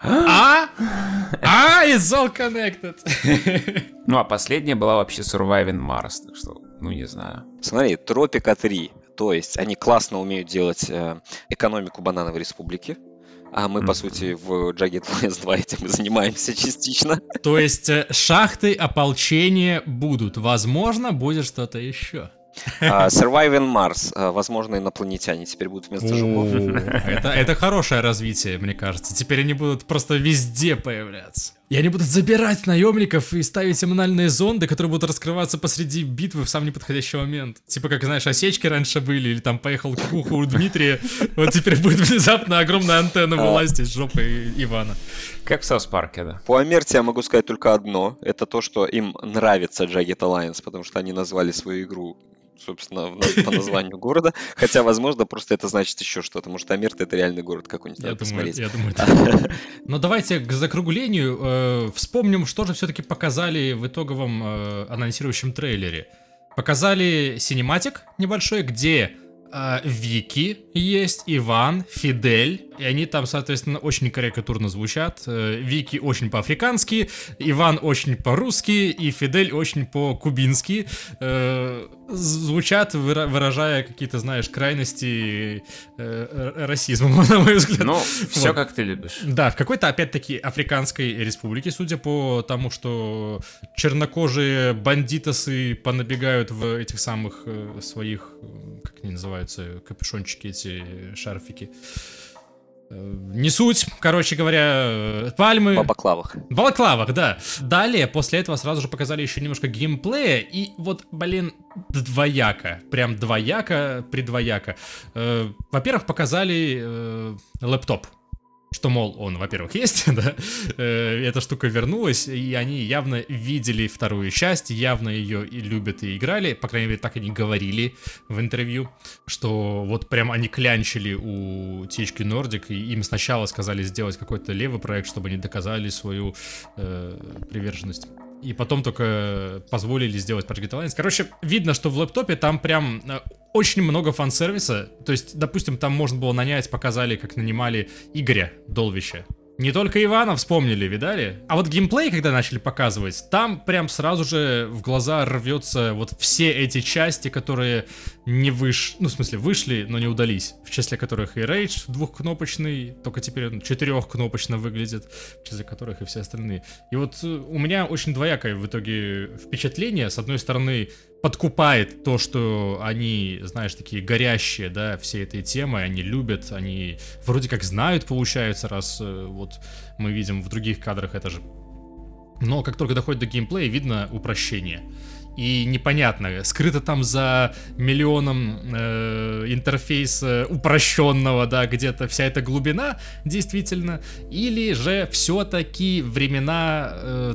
А? А, it's all connected.
Ну, а последняя была вообще Surviving Mars, так что, ну, не знаю.
Смотри, Тропика три. То есть они классно умеют делать э, экономику банановой республики. А мы, по
Мгм.
сути, в Jagged Alliance два этим и занимаемся частично.
То есть э, шахты ополчения будут. Возможно, будет что-то еще.
А, Surviving Mars. а, Возможно, инопланетяне теперь будут вместо жуков.
Это, это хорошее развитие, мне кажется. Теперь они будут просто везде появляться. И они будут забирать наемников и ставить эманальные зонды, которые будут раскрываться посреди битвы в самый неподходящий момент. Типа, как, знаешь, осечки раньше были, или там поехал к уху у Дмитрия, вот теперь будет внезапно огромная антенна вылазить из жопы Ивана.
Как в Саус Парке, да.
По Амерте я могу сказать только одно. Это то, что им нравится Jagged Alliance, потому что они назвали свою игру, собственно, в на- по названию города. Хотя, возможно, просто это значит еще что-то. Может, Амерта — это реальный город какой-нибудь,
Я
надо
думаю,
посмотреть.
я думаю, да. Но давайте к закруглению э, вспомним, что же все-таки показали в итоговом э, анонсирующем трейлере. Показали синематик небольшой, где А, Вики есть, Иван, Фидель, и они там, соответственно, очень карикатурно звучат. Вики очень по-африкански, Иван очень по-русски, и Фидель очень по-кубински. Звучат, выражая какие-то, знаешь, крайности расизма, на мой взгляд.
Ну, все
Вот.
как ты любишь.
Да, в какой-то, опять-таки, африканской республике, судя по тому, что чернокожие бандитосы понабегают в этих самых э, своих, э, как они называются, капюшончики, эти шарфики. Э, Не суть, короче говоря, э, пальмы.
По баклавах.
В балаклавах, да. Далее, после этого сразу же показали еще немножко геймплея, и вот, блин, двояко, прям двояко, придвояко. Э, во-первых, показали э, лэптоп. Что, мол, он, во-первых, есть, да, э, эта штука вернулась, и они явно видели вторую часть, явно ее и любят и играли, по крайней мере, так они говорили в интервью, что вот прям они клянчили у ти эйч кью Nordic, и им сначала сказали сделать какой-то левый проект, чтобы они доказали свою э, приверженность. И потом только позволили сделать Project Alliance. Короче, видно, что в лэптопе там прям э, очень много фан-сервиса. То есть, допустим, там можно было нанять, показали, как нанимали Игоря Долвича. Не только Ивана вспомнили, видали? А вот геймплей, когда начали показывать, там прям сразу же в глаза рвется вот все эти части, которые не вышли, ну, в смысле, вышли, но не удались. В числе которых и Rage двухкнопочный, только теперь он четырехкнопочно выглядит, в числе которых и все остальные. И вот у меня очень двоякое в итоге впечатление. С одной стороны, подкупает то, что они, знаешь, такие горящие, да, всей этой темой, они любят, они вроде как знают, получается, раз э, вот мы видим в других кадрах это же. Но как только доходит до геймплея, видно упрощение. И непонятно, скрыто там за миллионом э, интерфейса упрощенного, да, где-то вся эта глубина действительно, или же все-таки времена э,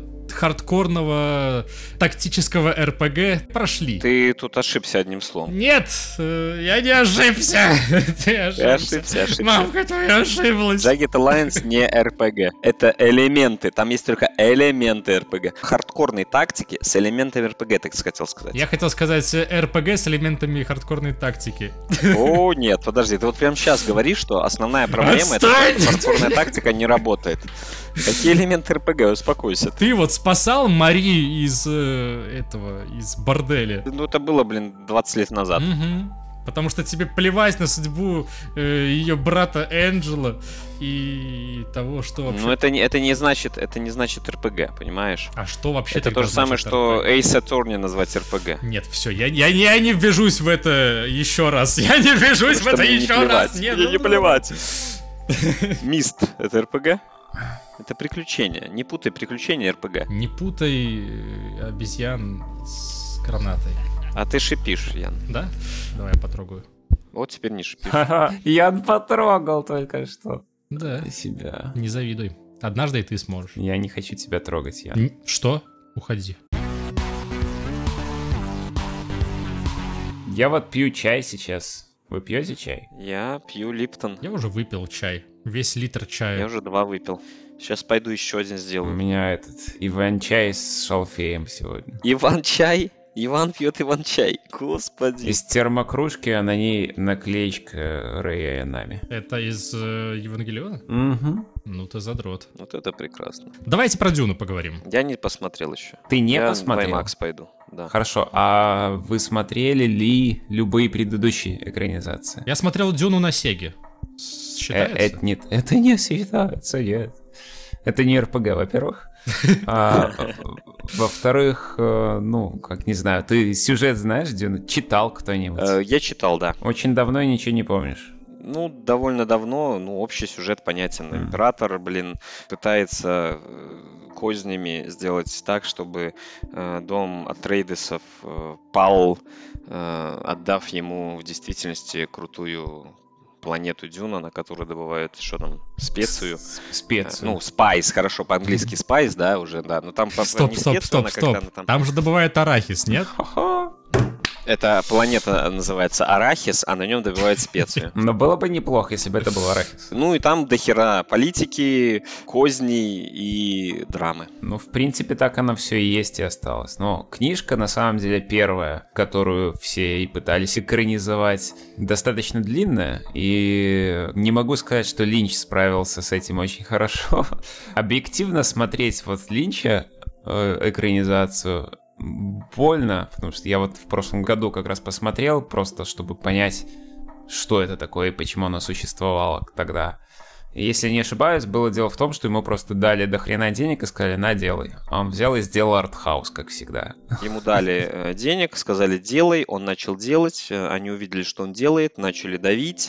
хардкорного тактического эр пи джи прошли.
Ты тут ошибся одним словом.
Нет, э, я не ошибся. Ты ошибся.
ошибся, ошибся.
Мамка твоя ошиблась.
Jagged Alliance не эр пи джи. Это элементы. Там есть только элементы эр пи джи. Хардкорные тактики с элементами эр пи джи, так хотел сказать.
Я хотел сказать эр пи джи с элементами хардкорной тактики.
О, нет, подожди. Ты вот прямо сейчас говоришь, что основная проблема — это что хардкорная тактика не работает. Какие элементы эр пи джи? Успокойся.
Ты вот спасал Мари из э, этого, из борделя.
Ну, это было, блин, двадцать лет назад.
Угу. Потому что тебе плевать на судьбу э, ее брата Энджела и того, что вообще...
Ну, это не, это не значит, это не значит эр пи джи, понимаешь?
А что вообще
Это
тогда
то же самое,
значит
что
эр пи джи?
Ace Attorney назвать эр пи джи.
Нет, все, я, я, я не ввяжусь в это еще раз. Я не ввяжусь в это еще раз. Нет,
Мне
ну,
не
ну.
плевать. Мист — это эр пи джи? Это приключения. Не путай приключения эр пи джи.
Не путай э, обезьян с гранатой.
А ты шипишь, Ян.
Да? Давай я потрогаю.
Вот теперь не шипишь.
Ян потрогал только что.
Да.
Себя.
Не завидуй. Однажды и ты сможешь.
Я не хочу тебя трогать, Ян.
Н- Что? Уходи.
Я вот пью чай сейчас. Вы пьете чай?
Я пью Липтон.
Я уже выпил чай. Весь литр чая.
Я уже два выпил. Сейчас пойду еще один
У
сделаю.
меня этот Иван-чай с шалфеем сегодня.
Иван-чай. Иван пьет Иван-чай. Господи.
Из термокружки, а на ней наклеечка Рэя Янами.
Это из э, Евангелиона?
Угу.
Ну ты задрот.
Вот это прекрасно.
Давайте про Дюну поговорим.
Я не посмотрел еще.
Ты не
Я
посмотрел?
в IMAX пойду. Да.
Хорошо, а вы смотрели ли любые предыдущие экранизации?
Я смотрел Дюну на Сеге.
Э,
Считается?
это, нет, это не считается, нет. Это не эр пи джи, во-первых. А, во-вторых, э, ну, как не знаю, ты сюжет знаешь, Дюна? Читал кто-нибудь?
Э, Я читал, да.
Очень давно и ничего не помнишь.
Ну, довольно давно, ну, общий сюжет понятен.
Мгм.
Император, блин, пытается э, кознями сделать так, чтобы э, дом Атрейдесов э, пал, э, отдав ему в действительности крутую планету Дюна, на которой добывают, что там, специю.
С-
Э,
Специю.
Ну, спайс, хорошо, по-английски спайс, да, уже, да. Но там по-
Стоп,
не
стоп,
специю,
стоп,
она
стоп.
когда она там...
Там же добывают арахис, нет?
Ха-ха.
Это планета называется Арахис, а на нем добывают специю.
Но было бы неплохо, если бы это был Арахис.
Ну и там дохера политики, козней и драмы.
Ну, в принципе, так оно все и есть и осталось. Но книжка, на самом деле, первая, которую все и пытались экранизовать, достаточно длинная. И не могу сказать, что Линч справился с этим очень хорошо. Объективно смотреть вот Линча, э, экранизацию, больно, потому что я вот в прошлом году как раз посмотрел, просто чтобы понять, что это такое и почему оно существовало тогда. И если не ошибаюсь, было дело в том, что ему просто дали до хрена денег и сказали, на, делай. А он взял и сделал артхаус, как всегда.
Ему дали э, денег, сказали, делай, он начал делать, э, они увидели, что он делает, начали давить,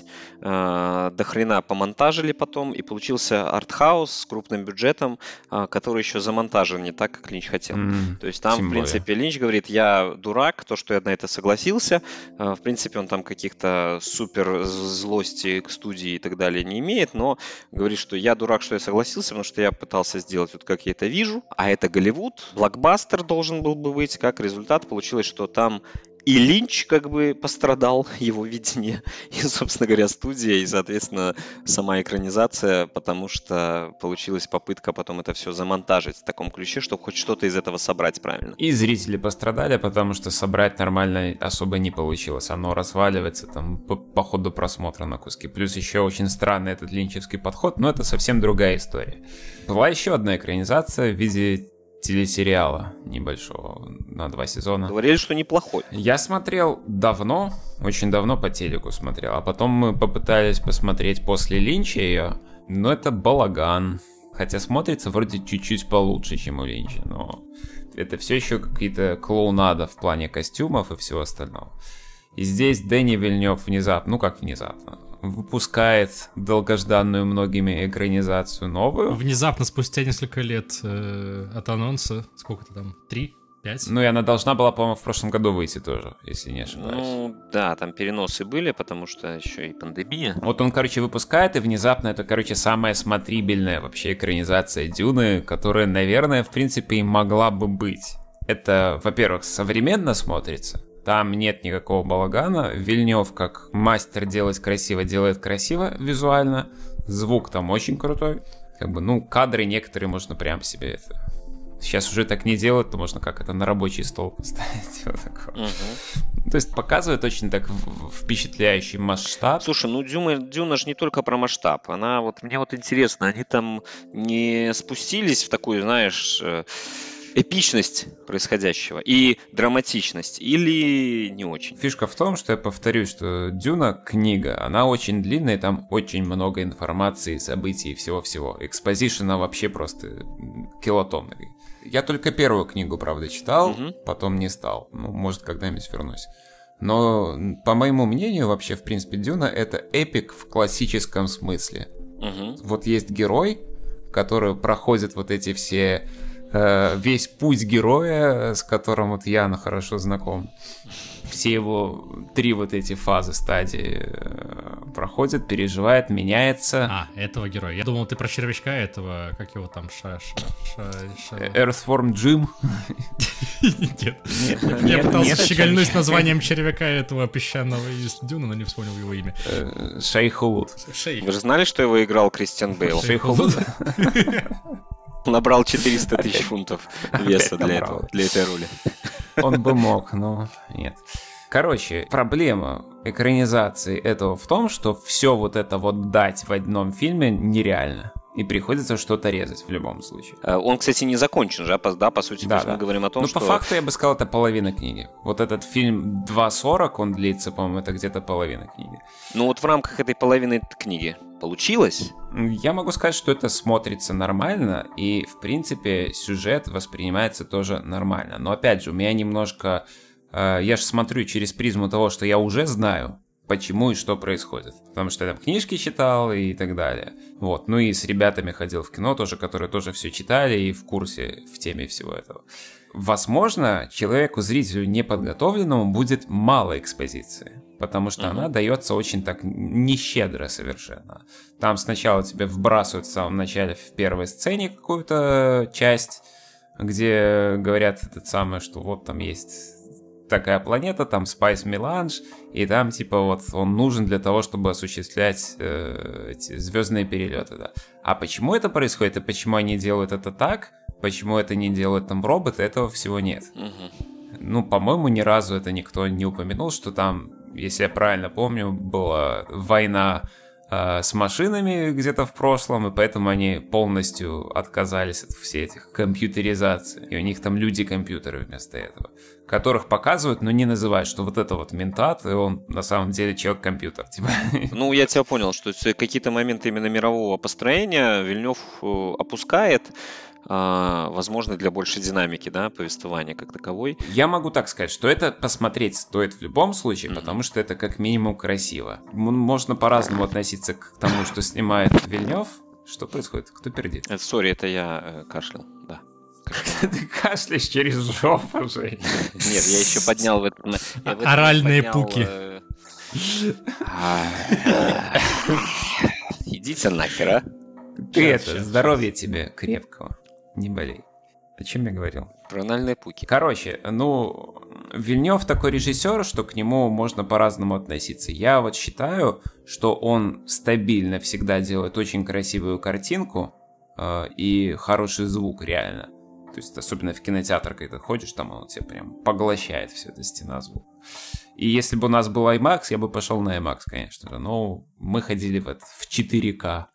э, до хрена помонтажили потом, и получился артхаус с крупным бюджетом, э, который еще замонтажен не так, как Линч хотел.
Mm,
То есть там, в принципе, более. Линч говорит, я дурак, то, что я на это согласился, э, в принципе, он там каких-то супер злости к студии и так далее не имеет, но говорит, что я дурак, что я согласился, потому что я пытался сделать вот как я это вижу, а это Голливуд, блокбастер должен был бы быть, как результат получилось, что там и Линч как бы пострадал, его видение, и, собственно говоря, студия, и, соответственно, сама экранизация, потому что получилась попытка потом это все замонтажить в таком ключе, чтобы хоть что-то из этого собрать правильно.
И зрители пострадали, потому что собрать нормально особо не получилось. Оно разваливается там по, по ходу просмотра на куски. Плюс еще очень странный этот линчевский подход, но это совсем другая история. Была еще одна экранизация в виде телесериала небольшого на два сезона.
Говорили, что неплохой.
Я смотрел давно, очень давно по телеку смотрел, а потом мы попытались посмотреть после Линча ее, но это балаган. Хотя смотрится вроде чуть-чуть получше, чем у Линча, но это все еще какие-то клоунада в плане костюмов и всего остального. И здесь Дэнни Вильнёв внезапно, ну как внезапно, выпускает долгожданную многими экранизацию новую.
Внезапно, спустя несколько лет э, от анонса, сколько-то там, три, пять?
Ну и она должна была, по-моему, в прошлом году выйти тоже, если не ошибаюсь.
Ну да, там переносы были, потому что еще и пандемия.
Вот он, короче, выпускает, и внезапно это, короче, самая смотрибельная вообще экранизация Дюны, которая, наверное, в принципе и могла бы быть. Это, во-первых, современно смотрится. Там нет никакого балагана. Вильнёв, как мастер делать красиво, делает красиво визуально. Звук там очень крутой. Как бы, ну, кадры некоторые можно прям себе это... Сейчас уже так не делают, то можно как это на рабочий стол поставить. Вот такое. Угу. То есть показывает очень так впечатляющий масштаб.
Слушай, ну Дюна, Дюна же не только про масштаб. Она вот, мне вот интересно, они там не спустились в такую, знаешь... эпичность происходящего и драматичность, или не очень?
Фишка в том, что я повторюсь, что Дюна книга, она очень длинная, там очень много информации, событий и всего-всего. Экспозишена вообще просто килотонны. Я только первую книгу, правда, читал, угу. Потом не стал. Ну, может, когда-нибудь вернусь. Но, по моему мнению, вообще, в принципе, Дюна — это эпик в классическом смысле. Угу. Вот есть герой, который проходит вот эти все... весь путь героя, с которым вот Яна хорошо знаком. Все его три вот эти фазы, стадии проходит, переживает, меняется.
А, этого героя. Я думал, ты про червячка этого, как его там, ша... ша, ша, ша...
Earthworm Jim.
Нет. Я пытался щегольнуть названием червяка этого песчаного из Дюна, но не вспомнил его имя.
Шейхулут.
Вы же знали, что его играл Кристиан Бейл?
Шейхулут?
Набрал четыреста тысяч фунтов веса для, этого, для этой роли.
Он бы мог, но нет. Короче, проблема экранизации этого в том, что все вот это вот дать в одном фильме нереально. И приходится что-то резать в любом случае.
Он, кстати, не закончен же, да, по сути, да, да. Мы говорим о том,
ну,
что...
Ну, по факту, я бы сказал, это половина книги. Вот этот фильм два сорок, он длится, по-моему, это где-то половина книги.
Ну, вот в рамках этой половины книги получилось?
Я могу сказать, что это смотрится нормально, и, в принципе, сюжет воспринимается тоже нормально. Но, опять же, у меня немножко... Э, я же смотрю через призму того, что я уже знаю, почему и что происходит. Потому что я там книжки читал и так далее. Вот. Ну и с ребятами ходил в кино тоже, которые тоже все читали и в курсе, в теме всего этого. Возможно, человеку, зрителю неподготовленному будет мало экспозиции. Потому что uh-huh. она дается очень так нещедро совершенно. Там сначала тебе вбрасывают в самом начале в первой сцене какую-то часть, где говорят это самое, что вот там есть такая планета, там Spice Melange, и там, типа, вот он нужен для того, чтобы осуществлять э, эти звездные перелеты, да. А почему это происходит, и почему они делают это так, почему это не делают там роботы, этого всего нет.
Угу.
Ну, по-моему, ни разу это никто не упомянул, что там, если я правильно помню, была война э, с машинами где-то в прошлом, и поэтому они полностью отказались от всей этих компьютеризации. И у них там люди-компьютеры вместо этого, которых показывают, но не называют, что вот это вот ментат, и он на самом деле человек-компьютер. Типа.
Ну, я тебя понял, что какие-то моменты именно мирового построения Вильнёв опускает, возможно, для большей динамики, да, повествования как таковой.
Я могу так сказать, что это посмотреть стоит в любом случае, mm-hmm. потому что это как минимум красиво. Можно по-разному относиться к тому, что снимает Вильнёв. Что происходит? Кто пердит?
Это, сори, это я э, кашлял, да.
Ты кашляешь через жопу, Жень.
Нет, я еще поднял в этом...
Оральные пуки.
Идите нахер, а.
Ты это, здоровья тебе крепкого. Не болей. О чем я говорил?
Про анальные пуки.
Короче, ну, Вильнёв такой режиссер, что к нему можно по-разному относиться. Я вот считаю, что он стабильно всегда делает очень красивую картинку э, и хороший звук, реально. То есть, особенно в кинотеатр, когда ходишь, там он тебя прям поглощает все это стена звука. И если бы у нас был IMAX, я бы пошел на IMAX, конечно же. Но мы ходили в, это, в четыре ка.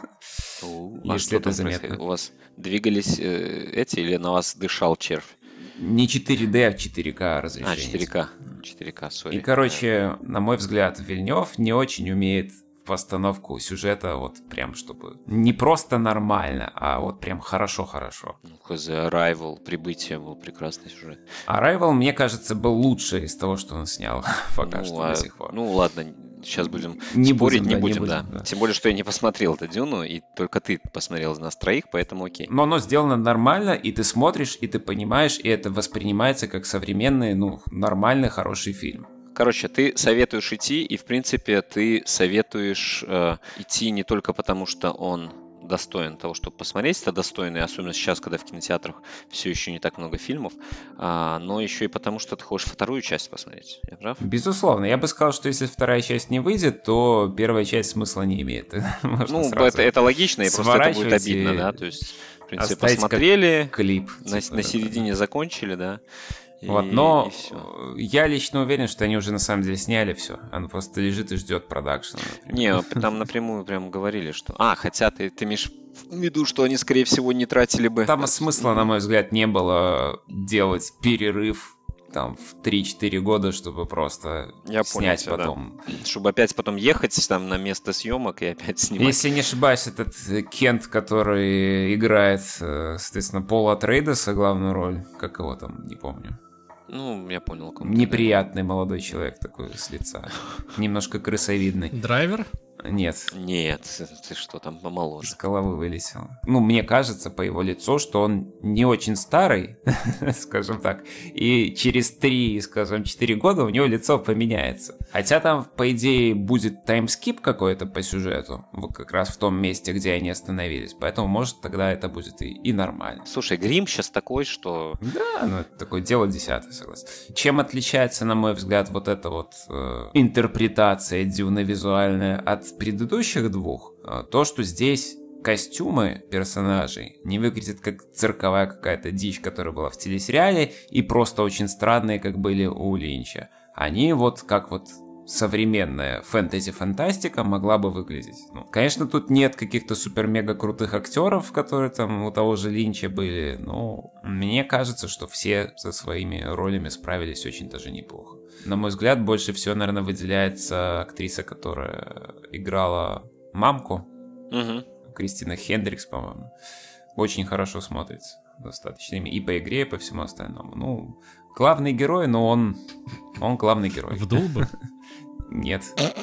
А если это заметно. У вас двигались э, эти или на вас дышал червь?
Не четыре дэ, а четыре ка разрешение.
А, четыре ка. четыре ка, сори.
И, короче, на мой взгляд, Вильнёв не очень умеет постановку сюжета вот прям, чтобы не просто нормально, а вот прям хорошо-хорошо.
Ну, хз, Arrival, Прибытие был прекрасный сюжет.
Arrival, мне кажется, был лучший из того, что он снял пока
ну,
что
а,
до сих пор.
Ну, ладно, сейчас будем
не
спорить,
будем,
не
да,
будем,
не будем
да.
да.
Тем более, что я не посмотрел эту Дюну, и только ты посмотрел из нас троих, поэтому окей.
Но оно сделано нормально, и ты смотришь, и ты понимаешь, и это воспринимается как современный, ну, нормальный, хороший фильм.
Короче, ты советуешь идти, и, в принципе, ты советуешь э, идти не только потому, что он достоин того, чтобы посмотреть, это достойный, особенно сейчас, когда в кинотеатрах все еще не так много фильмов, а, но еще и потому, что ты хочешь вторую часть посмотреть. Я прав?
Безусловно. Я бы сказал, что если вторая часть не выйдет, то первая часть смысла не имеет.
Ну, это, это логично, и просто это будет обидно, да? То есть, в принципе, посмотрели,
клип,
на,
типа,
на середине закончили, да? И,
вот, но
и
я лично уверен, что они уже на самом деле сняли все. Оно просто лежит и ждет продакшена.
Не, там напрямую прям говорили, что... А, хотя ты, ты имеешь в виду, что они, скорее всего, не тратили бы...
Там смысла, на мой взгляд, не было делать перерыв там в три-четыре года, чтобы просто
я
снять
понял,
потом.
Да. Чтобы опять потом ехать там на место съемок и опять снимать.
Если не ошибаюсь, этот Кент, который играет, соответственно, Пола Трейдеса главную роль, как его там, не помню.
Ну, я понял.
Неприятный молодой человек такой с лица. Немножко крысовидный.
Драйвер?
Нет.
Нет, ты что, там помоложе.
Из головы вылетел. Ну, мне кажется, по его лицу, что он не очень старый, скажем так, и через три, скажем, четыре года у него лицо поменяется. Хотя там, по идее, будет таймскип какой-то по сюжету, вот как раз в том месте, где они остановились. Поэтому, может, тогда это будет и, и нормально.
Слушай, грим сейчас такой, что...
Да, ну, это такое дело десятое, согласен. Чем отличается, на мой взгляд, вот эта вот э, интерпретация Дюны визуальная от предыдущих двух, то, что здесь костюмы персонажей не выглядят как цирковая какая-то дичь, которая была в телесериале, и просто очень странные, как были у Линча. Они вот как вот современная фэнтези-фантастика могла бы выглядеть. Ну, конечно, тут нет каких-то супер-мега крутых актеров, которые там у того же Линча были, но мне кажется, что все со своими ролями справились очень даже неплохо. На мой взгляд, больше всего, наверное, выделяется актриса, которая играла мамку.
Угу.
Кристина Хендрикс, по-моему. Очень хорошо смотрится. Достаточно. И по игре, и по всему остальному. Ну, главный герой, но он... Он главный герой.
Вдул бы?
Нет.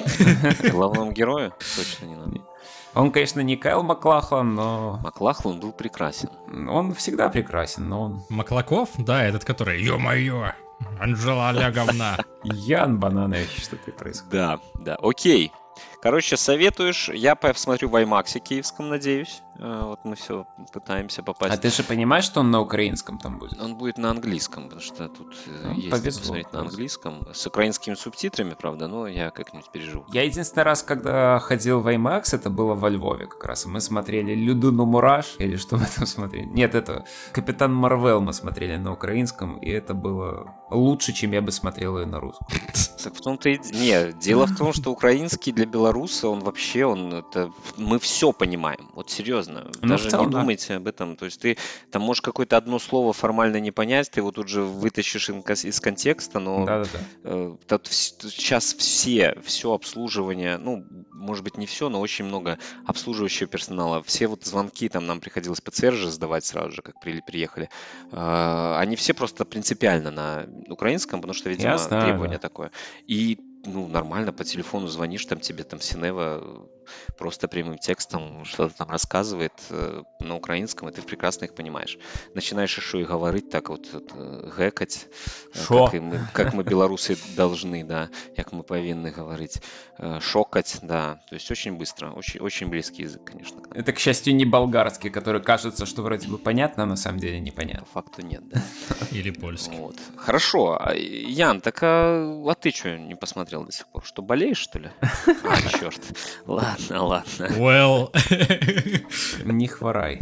Главному герою точно не надо.
Он, конечно, не Кайл Маклахлан, но...
Маклахлан был прекрасен.
Он всегда прекрасен, но он...
Маклаков? Да, этот, который... Ё-моё! Анжела Олеговна.
Ян Бананович, что ты происходит?
Да, да, окей. Короче, советуешь, я посмотрю в IMAX киевском, надеюсь. Вот мы все пытаемся попасть.
А ты же понимаешь, что он на украинском там будет?
Он будет на английском, потому что тут
ну,
есть
повезло,
посмотреть
повезло.
на английском. С украинскими субтитрами, правда, но я как-нибудь переживу.
Я единственный раз, когда ходил в IMAX, это было во Львове как раз. Мы смотрели Людуну Мураш, или что мы там смотрели? Нет, это Капитан Марвел мы смотрели на украинском, и это было лучше, чем я бы смотрел ее на русском.
Так в том-то и... Нет, дело в том, что украинский для белоруса, он вообще, он это... мы все понимаем, вот серьезно.
Ну,
Даже
целом,
не
да.
думайте об этом. То есть ты там можешь какое-то одно слово формально не понять, ты его тут же вытащишь из контекста, но
Да-да-да.
э, тут сейчас все, все обслуживание, ну, может быть, не все, но очень много обслуживающего персонала. Все вот звонки, там нам приходилось ПЦР же сдавать сразу же, как при, приехали. Э, они все просто принципиально на украинском, потому что, видимо,
Ясно,
требование
да.
такое. И ну, нормально, по телефону звонишь, там тебе там Синева просто прямым текстом что-то там рассказывает э, на украинском, и ты прекрасно их понимаешь. Начинаешь еще и говорить так вот, вот э, гэкать, э,
Шо?
как, и мы, как мы, белорусы, должны, да, как мы повинны говорить, э, шокать, да, то есть очень быстро, очень, очень близкий язык, конечно. к нам.
Это, к счастью, не болгарский, который кажется, что вроде бы понятно, а на самом деле непонятно.
По факту нет, да.
Или польский.
Вот. Хорошо. А, Ян, так а, а ты что, не посмотрел до сих пор? Что, болеешь, что ли? А, черт. Ладно, ладно.
Well.
Не хворай.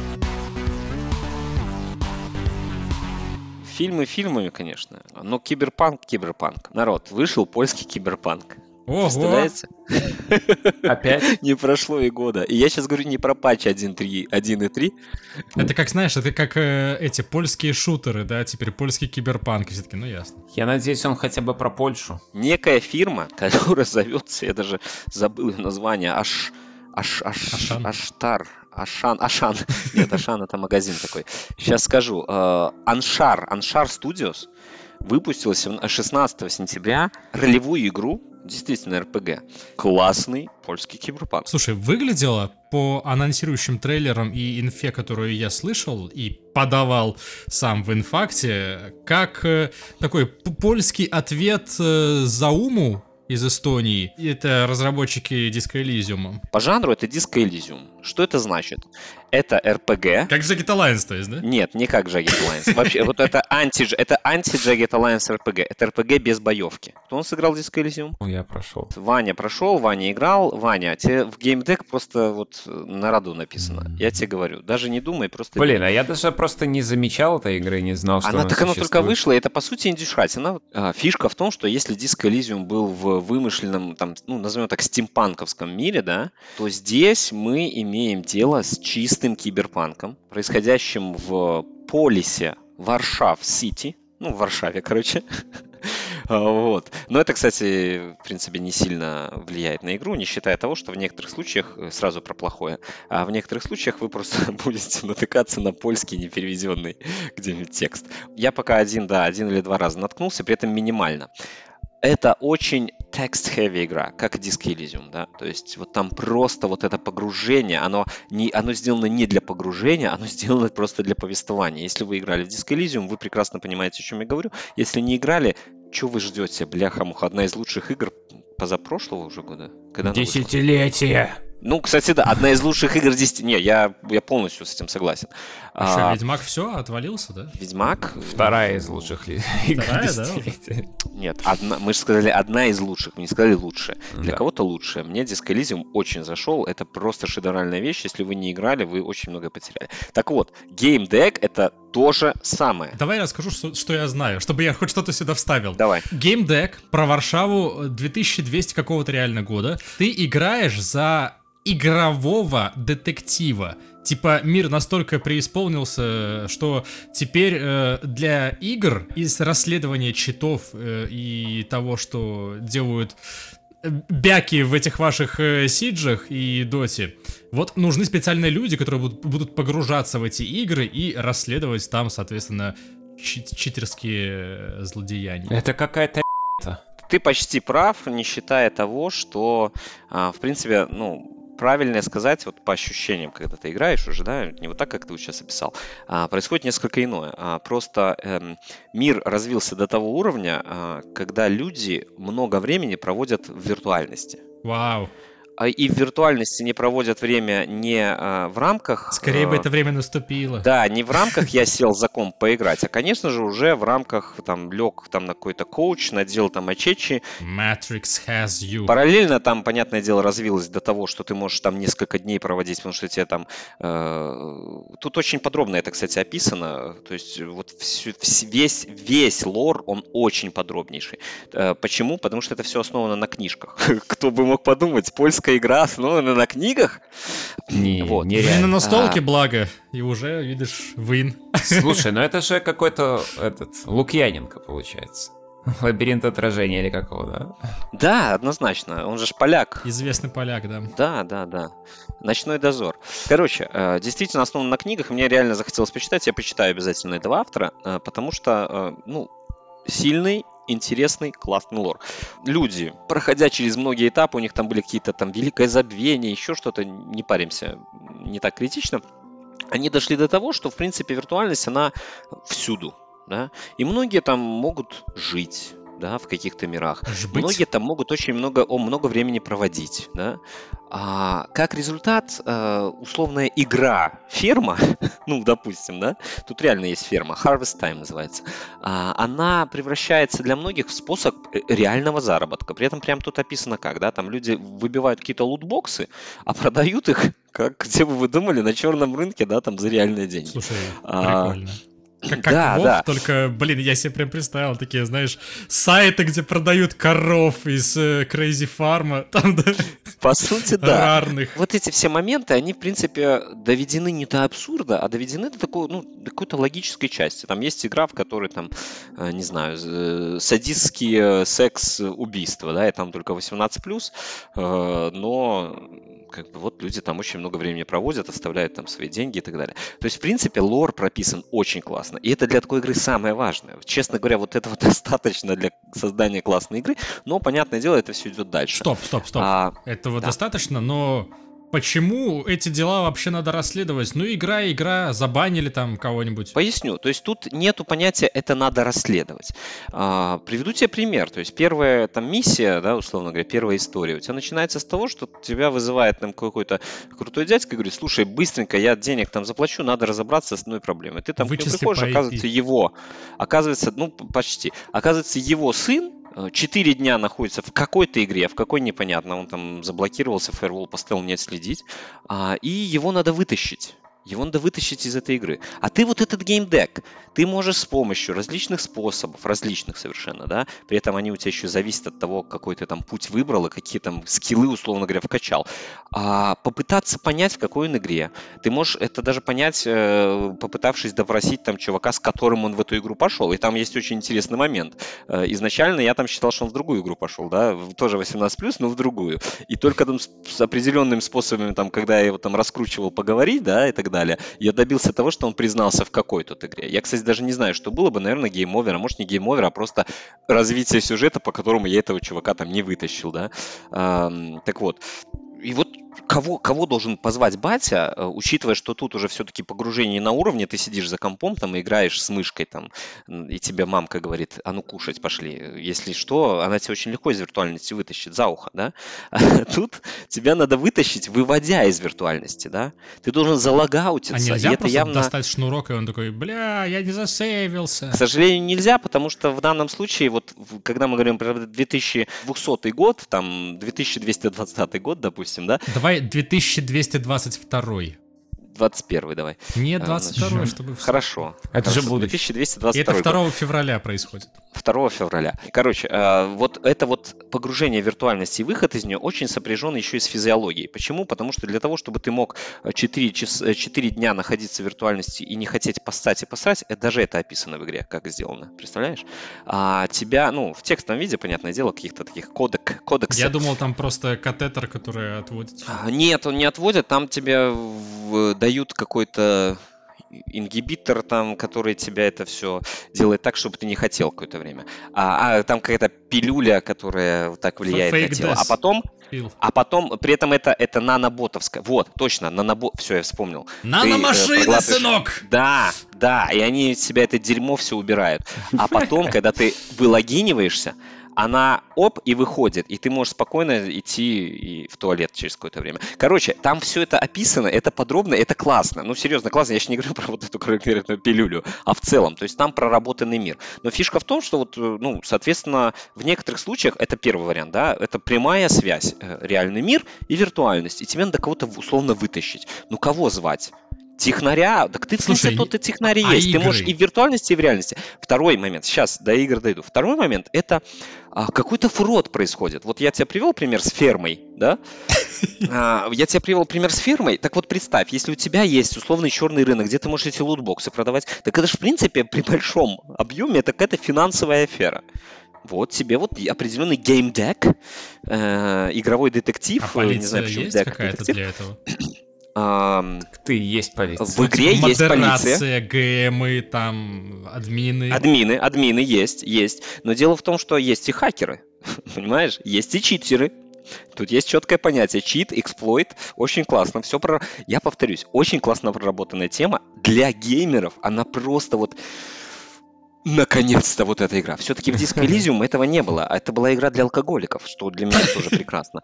Фильмы фильмами, конечно. Но киберпанк, киберпанк. Народ, вышел польский киберпанк.
Ого.
Представляете?
Опять?
Не прошло и года. И я сейчас говорю не про патч один и три.
Это как, знаешь, это как э, эти польские шутеры, да, теперь польский киберпанк. И все таки, ну ясно.
Я надеюсь, он хотя бы про Польшу.
Некая фирма, которая зовется, я даже забыл ее название, Аш... Аш... Аш...
Ашан.
Аштар. Ашан. Ашан. Нет, Ашан это магазин такой. Сейчас скажу. Э, Аншар. Аншар Studios выпустила шестнадцатого сентября ролевую игру, действительно эр пи джи. Классный польский киберпанк.
Слушай, выглядело по анонсирующим трейлерам и инфе, которую я слышал и подавал сам в инфакте, как э, такой п- польский ответ э, Зауму из Эстонии. Это разработчики Disco Elysium.
По жанру это Disco Elysium. Что это значит? Это эр пи джи.
Как Jagged Alliance, то есть, да?
Нет, не как Jagged Alliance. Вообще, вот это анти это анти-Jagged Alliance эр пи джи. Это эр пи джи без боевки. Кто он сыграл в Disco Elysium?
Ну, я прошел.
Ваня прошел, Ваня играл. Ваня, тебе в геймдек просто вот на роду написано. Я тебе говорю, даже не думай, просто...
Блин, а я даже просто не замечал этой игры, не знал, что
Она
она
так она
существует.
только вышла, и это по сути индюшатина. А, фишка в том, что если Disco Elysium был в вымышленном, там, ну, назовем так, стимпанковском мире, да, то здесь мы имеем дело с чистым киберпанком, происходящим в полисе Варшав-Сити, ну, в Варшаве, короче. Вот. Но это, кстати, в принципе, не сильно влияет на игру, не считая того, что в некоторых случаях, сразу про плохое, а в некоторых случаях вы просто будете натыкаться на польский непереведенный где-нибудь текст. Я пока один, да, один или два раза наткнулся, при этом минимально. Это очень text-heavy игра, как Disco Elysium, да, то есть вот там просто вот это погружение, оно, не, оно сделано не для погружения, оно сделано просто для повествования. Если вы играли в Disco Elysium, вы прекрасно понимаете, о чем я говорю. Если не играли, что вы ждете? Бляха-муха, одна из лучших игр позапрошлого уже года. Когда она вышла.
Десятилетие!
Ну, кстати, да, одна из лучших игр десяти... Не, я, я полностью с этим согласен.
А что,
А,
Ведьмак все, отвалился, да?
Ведьмак...
Вторая из лучших ли- игр
Вторая, да,
десятилетия.
Нет, одна, мы же сказали одна из лучших, мы не сказали лучшая. Для
Да.
кого-то лучшая. Мне Disco Elysium очень зашел. Это просто шедевральная вещь. Если вы не играли, вы очень много потеряли. Так вот, Game Deck это то же самое.
Давай я расскажу, что, что я знаю, чтобы я хоть что-то сюда вставил.
Давай.
Game Deck про Варшаву две тысячи двести какого-то реально года. Ты играешь за игрового детектива. Типа мир настолько преисполнился, что теперь э, для игр из расследования читов э, и того, что делают бяки в этих ваших э, сиджах и доте, вот нужны специальные люди, которые будут, будут погружаться в эти игры и расследовать там, соответственно, чит- читерские злодеяния.
Это какая-то
Ты почти прав, не считая того, что, а, в принципе, ну, правильнее сказать, вот по ощущениям, когда ты играешь уже, да, не вот так, как ты вот сейчас описал, а, происходит несколько иное. А, просто эм, мир развился до того уровня, а, когда люди много времени проводят в виртуальности.
Вау.
а, и в виртуальности не проводят время не а, в рамках...
Скорее
а,
бы это время наступило.
Да, не в рамках я сел за комп поиграть, а, конечно же, уже в рамках там лег там на какой-то коуч, надел там очечи.
Matrix has you.
Параллельно там, понятное дело, развилось до того, что ты можешь там несколько дней проводить, потому что тебе там... Э, тут очень подробно это, кстати, описано. То есть вот всю, весь, весь лор, он очень подробнейший. Э, почему? Потому что это все основано на книжках. Кто бы мог подумать, польская игра основана на книгах?
Не,
Вот.
нереально.
Не на настолке, благо, и уже, видишь, win.
Слушай, ну это же какой-то этот Лукьяненко, получается. Лабиринт отражения или какого, да?
Да, однозначно. Он же ж поляк.
Известный поляк, да.
Да, да, да. Ночной дозор. Короче, э, действительно основан на книгах. Мне реально захотелось почитать. Я почитаю обязательно этого автора, э, потому что, э, ну, сильный, интересный, классный лор. Люди, проходя через многие этапы, у них там были какие-то там великое забвение, еще что-то, не паримся, не так критично. Они дошли до того, что, в принципе, виртуальность, она всюду. Да? И многие там могут жить, да, в каких-то мирах.
Жбыть.
Многие там могут очень много, о, много времени проводить. Да? А как результат, э, условная игра ферма, ну, допустим, да, тут реально есть ферма, Harvest Time называется, а, она превращается для многих в способ реального заработка. При этом прям тут описано как, да, там люди выбивают какие-то лутбоксы, а продают их, как, где бы вы думали, на черном рынке, да, там за реальные деньги.
Слушай,
А,
прикольно. Как, как
да,
Вов,
да.
только, блин, я себе прям представил такие, знаешь, сайты, где продают коров из э, Crazy Farm, там, да,
По сути, да.
рарных.
Вот эти все моменты, они, в принципе, доведены не до абсурда, а доведены до такой, ну, до какой-то логической части. Там есть игра, в которой, там, э, не знаю, э, садистские секс-убийства, да, и там только восемнадцать плюс, э, но как бы вот люди там очень много времени проводят, оставляют там свои деньги и так далее. То есть, в принципе, лор прописан очень классно. И это для такой игры самое важное. Честно говоря, вот этого достаточно для создания классной игры, но, понятное дело, это все идет дальше.
Стоп, стоп, стоп.
А,
Этого
да.
достаточно, но почему эти дела вообще надо расследовать? Ну, игра, игра, забанили там кого-нибудь.
Поясню. То есть тут нету понятия «это надо расследовать». А, приведу тебе пример. То есть первая там миссия, да, условно говоря, первая история, у тебя начинается с того, что тебя вызывает там какой-то крутой дядька и говорит: слушай, быстренько, я денег там заплачу, надо разобраться с одной проблемой. Ты там к нему
Вычисли
приходишь,
по ай пи.
оказывается, его, оказывается, ну, почти, оказывается, его сын четыре дня находится в какой-то игре, в какой непонятно, он там заблокировался, фаервол поставил, не отследить, а, и его надо вытащить. Его надо вытащить из этой игры. А ты вот этот геймдек, ты можешь с помощью различных способов, различных совершенно, да, при этом они у тебя еще зависят от того, какой ты там путь выбрал и какие там скиллы, условно говоря, вкачал, а, попытаться понять, в какой он игре. Ты можешь это даже понять, э, попытавшись допросить там чувака, с которым он в эту игру пошел. И там есть очень интересный момент. Э, изначально я там считал, что он в другую игру пошел, да, в- тоже восемнадцать плюс, но в другую. И только там с, с определенными способами, там, когда я его там раскручивал поговорить, да, и так далее, я добился того, что он признался в какой тут игре. Я, кстати, даже не знаю, что было бы, наверное, гейм-овер, а может не гейм-овер, а просто развитие сюжета, по которому я этого чувака там не вытащил, да. Ам, так вот, и вот кого, кого должен позвать батя, э, учитывая, что тут уже все-таки погружение на уровне, ты сидишь за компом, там, и играешь с мышкой, там, м, и тебе мамка говорит: а ну кушать пошли. Если что, она тебя очень легко из виртуальности вытащит за ухо, да. А тут тебя надо вытащить, выводя из виртуальности, да. Ты должен
А
залогаутиться, и
нельзя
это
просто
явно...
достать шнурок, и он такой: бля, я не засейвился.
К сожалению, нельзя, потому что в данном случае, вот в- когда мы говорим про две тысячи двухсотый год, там две тысячи двести двадцатый год, допустим, да,
Давай две тысячи двести двадцать второй.
двадцать первый давай.
Не
А,
двадцать
значит,
второй, чтобы... всё.
Хорошо.
Это же
Хорошо,
будущее.
две тысячи двести
И
двадцать
это
второй год.
второго февраля происходит.
второго февраля. Короче, э, вот это вот погружение в виртуальность и выход из нее очень сопряжен еще и с физиологией. Почему? Потому что для того, чтобы ты мог четыре, часа, четыре дня находиться в виртуальности и не хотеть поссать и посрать, это, даже это описано в игре, как сделано. Представляешь? А тебя, ну, в текстовом виде, понятное дело, каких-то таких кодек, кодексов.
Я думал, там просто катетер, который отводит.
А, Нет, он не отводит, там тебе в- дают какой-то ингибитор, там, который тебя это все делает так, чтобы ты не хотел какое-то время. А, а там какая-то пилюля, которая вот так влияет
Fake
на тело.
death.
А потом,
Пил.
а потом, при этом это, это наноботовская. Вот, точно, нанобот. Все, я вспомнил.
Наномашины,
Ты, э, проглатываешь-
сынок!
Да, да, и они из себя это дерьмо все убирают. А потом, когда ты вылогиниваешься, она оп, и выходит, и ты можешь спокойно идти и в туалет через какое-то время. Короче, там все это описано, это подробно, это классно. Ну, серьезно, классно. Я сейчас не говорю про вот эту конкретную пилюлю, а в целом. То есть там проработанный мир. Но фишка в том, что вот, ну, соответственно, в некоторых случаях, это первый вариант, да, это прямая связь, реальный мир и виртуальность. И тебе надо кого-то условно вытащить. Ну, кого звать? Технаря, так ты, в смысле, тот и технарь
а
есть.
игры?
Ты можешь и в виртуальности, и в реальности. Второй момент, сейчас до игр дойду. Второй момент, это а, какой-то фрод происходит. Вот я тебе привел пример с фермой, да? А, я тебе привел пример с фермой. Так вот, представь, если у тебя есть условный черный рынок, где ты можешь эти лутбоксы продавать, так это же, в принципе, при большом объеме, это какая-то финансовая афера. Вот тебе вот определенный геймдек, э, игровой детектив.
А полиция
не знаю, почему
есть
дек,
какая-то
детектив.
для этого?
Um,
Ты и есть полиция.
В игре есть полиция.
Модерация, ГМы, там, админы.
Админы, админы есть, есть. Но дело в том, что есть и хакеры, понимаешь? Есть и читеры. Тут есть четкое понятие. Чит, эксплойт. Очень классно. Все про... Я повторюсь, очень классно проработанная тема. Для геймеров она просто вот... Наконец-то вот эта игра. Все-таки в Disco Elysium этого не было. А это была игра для алкоголиков, что для меня тоже прекрасно.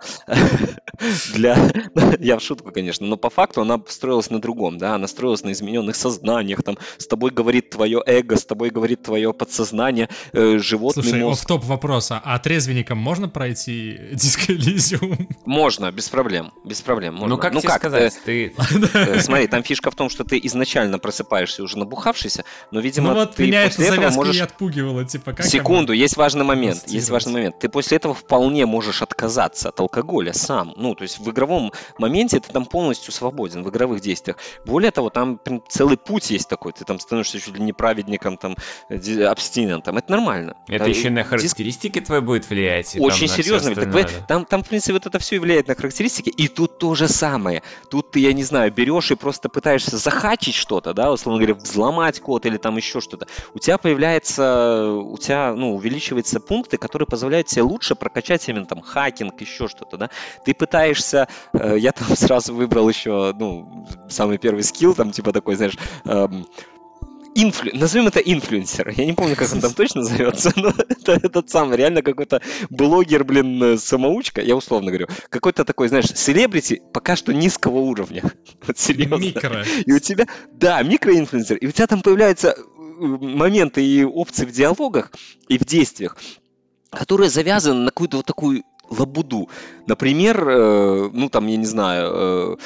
Для... Я в шутку, конечно, но по факту она строилась на другом, да, она строилась на измененных сознаниях, там, с тобой говорит твое эго, с тобой говорит твое подсознание, э, животный
Слушай,
мозг.
офф-топ вопроса, а трезвенником можно пройти Disco Elysium?
Можно, без проблем, без проблем. Можно.
Ну как
ну,
тебе
как
сказать,
э,
ты...
э, смотри, там фишка в том, что ты изначально просыпаешься уже набухавшийся, но, видимо,
Ну вот
ты
меня
после
эта
этого
завязка
можешь...
и отпугивала, типа, как
Секунду,
оно?
есть важный момент, есть
Тестировать.
важный момент. Ты после этого вполне можешь отказаться от алкоголя сам. Ну, то есть в игровом моменте ты там полностью свободен, в игровых действиях. Более того, там прям целый путь есть такой. Ты там становишься чуть ли не праведником, там, абстинентом. Это нормально.
Это
Да,
еще на
диск-
характеристики твои будет влиять? и
Очень
там на всё
серьезно. Так
остальное,
вы-
да?
там, там, в принципе, вот это все влияет на характеристики. И тут то же самое. Тут ты, я не знаю, берешь и просто пытаешься захачить что-то, да, условно говоря, взломать код или там еще что-то. У тебя появляется, у тебя, ну, увеличиваются пункты, которые позволяют тебе лучше прокачать именно там хакинг, еще что-то, да. Ты пытаешься, э, я там сразу выбрал еще, ну, самый первый скилл, там, типа такой, знаешь, эм, Инфлю... Назовем это инфлюенсер. Я не помню, как он там точно зовется, но это этот самый, реально какой-то блогер, блин, самоучка, я условно говорю, какой-то такой, знаешь, селебрити пока что низкого уровня. Вот серьезно.
Микро.
И у тебя, да, микроинфлюенсер, и у тебя там появляются моменты и опции в диалогах и в действиях, которые завязаны на какую-то вот такую лабуду. Например, э, ну там, я не знаю, э,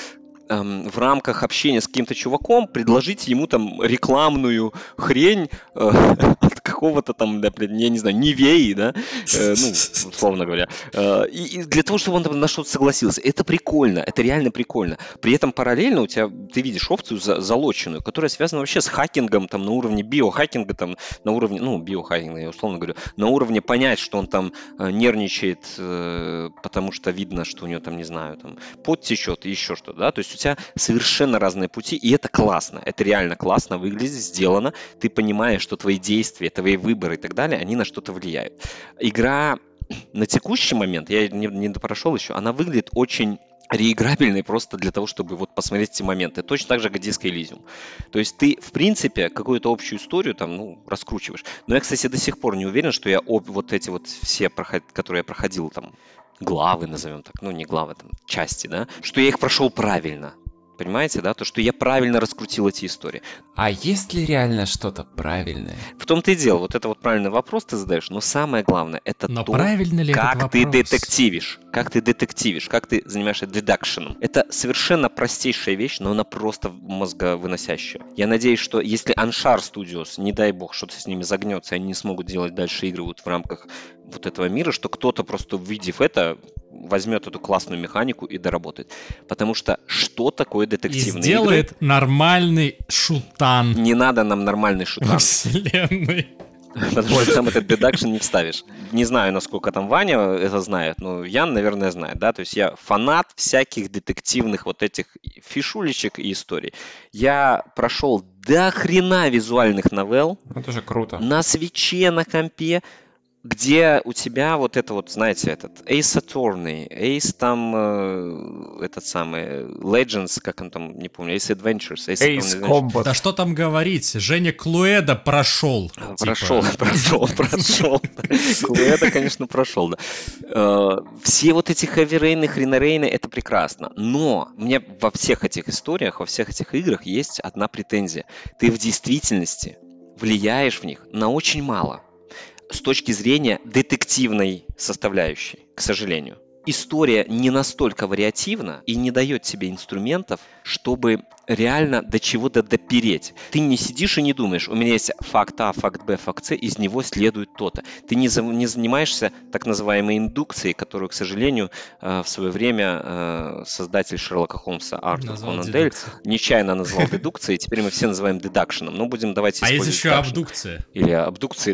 в рамках общения с каким-то чуваком предложить ему там рекламную хрень э, от какого-то там, да, блин, я не знаю, Нивеи, да, э, ну, условно говоря, э, и, и для того, чтобы он там на что-то согласился. Это прикольно, это реально прикольно. При этом параллельно у тебя, ты видишь опцию за, залоченную, которая связана вообще с хакингом там на уровне биохакинга, там на уровне, ну, биохакинга, я условно говорю, на уровне понять, что он там э, нервничает, э, потому что видно, что у него там, не знаю, там пот течет и еще что-то, да, то есть у тебя совершенно разные пути, и это классно, это реально классно выглядит, сделано, ты понимаешь, что твои действия, твои выборы и так далее, они на что-то влияют. Игра на текущий момент, я не, не допрошел еще, она выглядит очень реиграбельной просто для того, чтобы вот посмотреть эти моменты. Точно так же, как Disco Elysium. То есть ты, в принципе, какую-то общую историю там, ну, раскручиваешь. Но я, кстати, до сих пор не уверен, что я об, вот эти вот все, проход... которые я проходил там, главы, назовем так, ну не главы, там, части, да, что я их прошел правильно. Понимаете, да? То, что я правильно раскрутил эти истории.
А есть ли реально что-то правильное?
В том-то и дело, вот это вот правильный вопрос ты задаешь, но самое главное, это
Но
то,
правильно ли
как
этот
ты
вопрос?
детективишь, как ты детективишь, как ты занимаешься дедакшеном. Это совершенно простейшая вещь, но она просто мозговыносящая. Я надеюсь, что если Anshar Studios, не дай бог, что-то с ними загнется, и они не смогут делать дальше игры вот в рамках вот этого мира, что кто-то просто, увидев это, возьмет эту классную механику и доработает. Потому что что такое
И
детективные
сделает
игры?
нормальный шутан
Не надо нам нормальный
во
шутан.
вселенной.
Потому что там этот дедакшн не вставишь. Не знаю, насколько там Ваня это знает, но Ян, наверное, знает, да, то есть я фанат всяких детективных вот этих фишулечек и историй. Я прошел до хрена визуальных новелл
Это же круто.
на свитче, на компе, где у тебя вот это вот, знаете, этот Ace Attorney, Ace там, э, этот самый, Legends, как он там, не помню, Ace Adventures, Ace,
Ace Combat.
Да что там говорить, Женя Клуэда прошел.
Прошел, типа. прошел, прошел. Клуэда, конечно, прошел, да. Э, все вот эти хэви-рейны, хренорейны, это прекрасно. Но мне во всех этих историях, во всех этих играх есть одна претензия. Ты в действительности влияешь в них на очень мало. С точки зрения детективной составляющей, к сожалению. История не настолько вариативна и не дает тебе инструментов, чтобы реально до чего-то допереть. Ты не сидишь и не думаешь, у меня есть факт А, факт Б, факт С, из него следует то-то. Ты не, за, не занимаешься так называемой индукцией, которую, к сожалению, в свое время создатель Шерлока Холмса Артур Конан Дойль нечаянно назвал дедукцией, теперь мы все называем дедакшеном. Ну, будем давайте
использовать. А есть еще
deduction.
абдукция.
Или абдукции,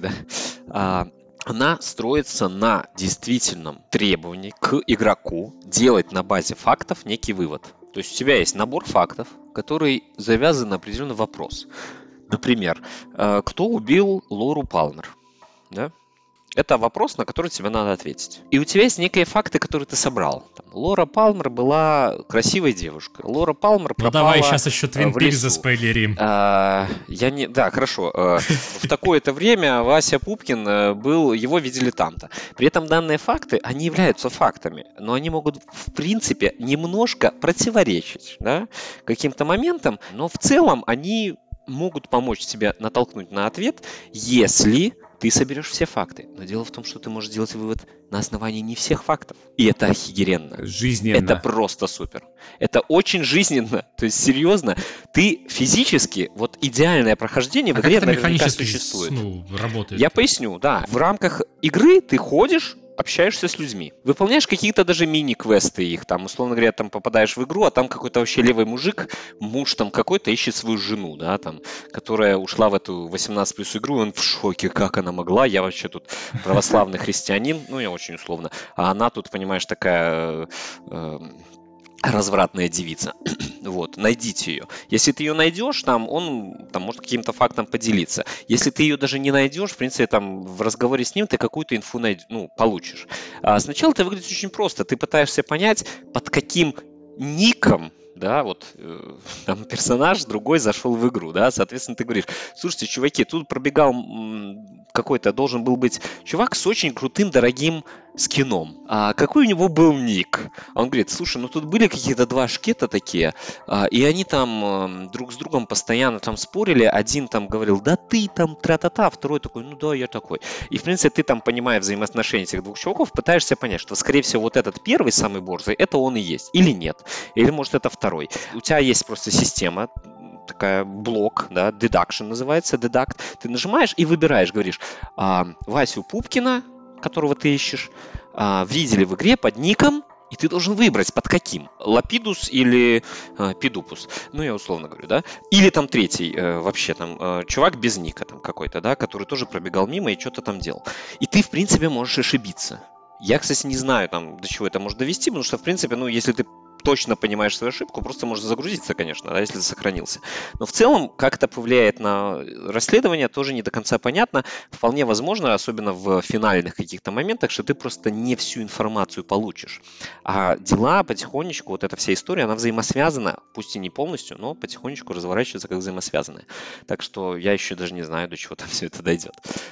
да. Она строится на действительном требовании к игроку делать на базе фактов некий вывод. То есть у тебя есть набор фактов, который завязан на определенный вопрос. Например, кто убил Лору Палмер? Да? Это вопрос, на который тебе надо ответить. И у тебя есть некие факты, которые ты собрал. Там, Лора Палмер была красивой девушкой. Лора Палмер пропала. Ну давай
сейчас еще Твин Пикс заспойлерим.
А, я не, да, хорошо. А, в такое-то время Вася Пупкин был, его видели там-то. При этом данные факты, они являются фактами, но они могут в принципе немножко противоречить, да, каким-то моментам, но в целом они могут помочь тебе натолкнуть на ответ, если ты соберешь все факты. Но дело в том, что ты можешь делать вывод на основании не всех фактов. И это охеренно.
Жизненно.
Это просто супер. Это очень жизненно. То есть, серьезно, ты физически, вот идеальное прохождение
а
в игре
наверняка
существует.
Ну, работает.
Я поясню, да. В рамках игры ты ходишь, общаешься с людьми. Выполняешь какие-то даже мини-квесты их, там, условно говоря, там попадаешь в игру, а там какой-то вообще левый мужик, муж там какой-то ищет свою жену, да, там, которая ушла в эту восемнадцать плюс игру, и он в шоке, как она могла, я вообще тут православный христианин, ну, я очень условно, а она тут, понимаешь, такая... Э, развратная девица. Вот, найдите ее. Если ты ее найдешь, там он там может каким-то фактом поделиться. Если ты ее даже не найдешь, в принципе, там в разговоре с ним ты какую-то инфу найд... ну, получишь. А сначала это выглядит очень просто. Ты пытаешься понять, под каким ником, да, вот э, там персонаж другой зашел в игру, да, соответственно, ты говоришь, слушайте, чуваки, тут пробегал м- какой-то, должен был быть чувак с очень крутым, дорогим скином. А какой у него был ник? Он говорит, слушай, ну тут были какие-то два шкета такие, а, и они там э, друг с другом постоянно там спорили, один там говорил, да ты там тра-та-та, второй такой, ну да, я такой. И, в принципе, ты там, понимая взаимоотношения этих двух чуваков, пытаешься понять, что, скорее всего, вот этот первый, самый борзый, это он и есть, или нет, или, может, это второй. У тебя есть просто система, такая блок, да, deduction называется, deduct. Ты нажимаешь и выбираешь, говоришь, а, Васю Пупкина, которого ты ищешь, а, видели в игре под ником, и ты должен выбрать, под каким. Лапидус или э, Пидупус. Ну, я условно говорю, да. Или там третий, э, вообще там, э, чувак без ника там какой-то, да, который тоже пробегал мимо и что-то там делал. И ты, в принципе, можешь ошибиться. Я, кстати, не знаю, там, до чего это может довести, потому что, в принципе, ну, если ты точно понимаешь свою ошибку, просто может загрузиться, конечно, да, если ты сохранился. Но в целом, как это повлияет на расследование, тоже не до конца понятно. Вполне возможно, особенно в финальных каких-то моментах, что ты просто не всю информацию получишь. А дела потихонечку, вот эта вся история, она взаимосвязана, пусть и не полностью, но потихонечку разворачивается как взаимосвязанная. Так что я еще даже не знаю, до чего там все это дойдет.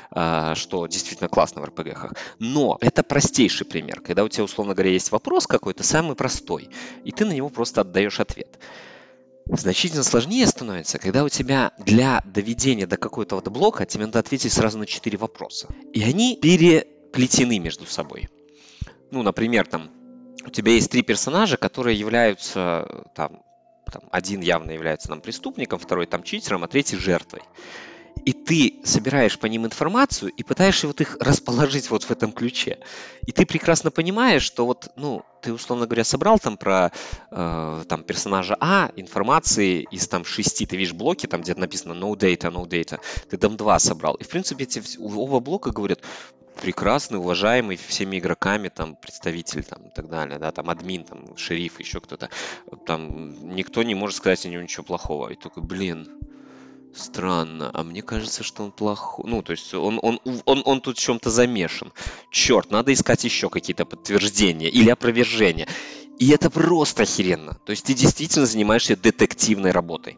А, что действительно классно в эр пи джи-хах. Но это простейший пример, когда у тебя, условно говоря, есть вопрос какой-то, самый простой, и ты на него просто отдаешь ответ. Значительно сложнее становится, когда у тебя для доведения до какого-то вот блока тебе надо ответить сразу на четыре вопроса. И они переплетены между собой. Ну, например, там у тебя есть три персонажа, которые являются, там, там один явно является там преступником, второй там читером, а третий жертвой. И ты собираешь по ним информацию и пытаешься вот их расположить вот в этом ключе. И ты прекрасно понимаешь, что вот, ну, ты, условно говоря, собрал там про э, там персонажа А информации из там шести, ты видишь блоки, там где-то написано no data, no data, ты там два собрал. И, в принципе, эти оба блока говорят, прекрасный, уважаемый всеми игроками там представитель там и так далее, да, там админ, там шериф, еще кто-то. Там никто не может сказать о нем ничего плохого. И такой, блин... Странно, а мне кажется, что он плохой. Ну, то есть он, он, он, он тут в чем-то замешан. Черт, надо искать еще какие-то подтверждения или опровержения. И это просто охеренно. То есть ты действительно занимаешься детективной работой.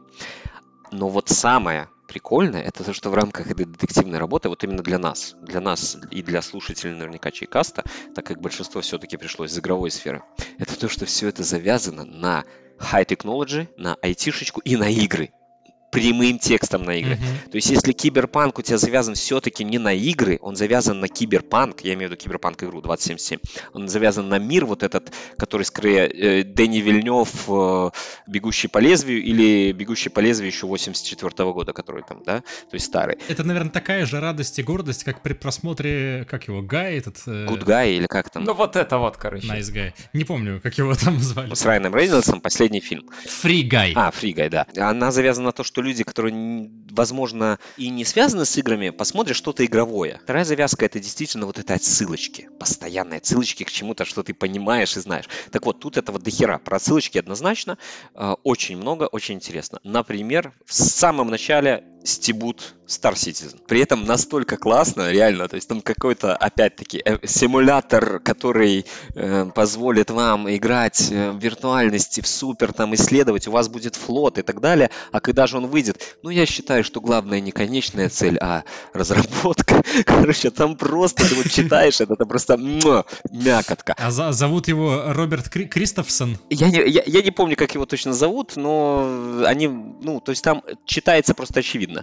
Но вот самое прикольное, это то, что в рамках этой детективной работы, вот именно для нас, для нас и для слушателей наверняка Чайкаста, так как большинство все-таки пришло из игровой сферы, это то, что все это завязано на high technology, на айтишечку и на игры. Прямым текстом на игры. Mm-hmm. То есть, если киберпанк у тебя завязан все-таки не на игры, он завязан на киберпанк, я имею в виду киберпанк игру двадцать семьдесят семь, он завязан на мир вот этот, который скорее э, Дэнни Вильнёв, э, «Бегущий по лезвию» или «Бегущий по лезвию» еще восемьдесят четвёртого года, который там, да, то есть старый.
Это, наверное, такая же радость и гордость, как при просмотре, как его, Гай этот... Э...
Good Guy или как там?
Ну вот это вот, короче.
Nice Guy. Не помню, как его там звали.
С Райаном Рейнольдсом последний фильм.
Free Guy.
А, Free Guy, да. Она завязана на то, что люди, которые, возможно, и не связаны с играми, посмотрят что-то игровое. Вторая завязка — это действительно вот это отсылочки. Постоянные отсылочки к чему-то, что ты понимаешь и знаешь. Так вот, тут это вот дохера. Про отсылочки однозначно. Очень много, очень интересно. Например, в самом начале стебут Star Citizen. При этом настолько классно, реально, то есть там какой-то, опять-таки, э, симулятор, который э, позволит вам играть э, в виртуальности, в супер, там, исследовать, у вас будет флот и так далее, а когда же он выйдет? Ну, я считаю, что главное не конечная цель, а разработка. Короче, там просто, ты вот читаешь это, это просто муа, мякотка.
А за- зовут его Роберт Кри- Кристофсон?
Я не, я, я не помню, как его точно зовут, но они, ну, то есть там читается просто очевидно,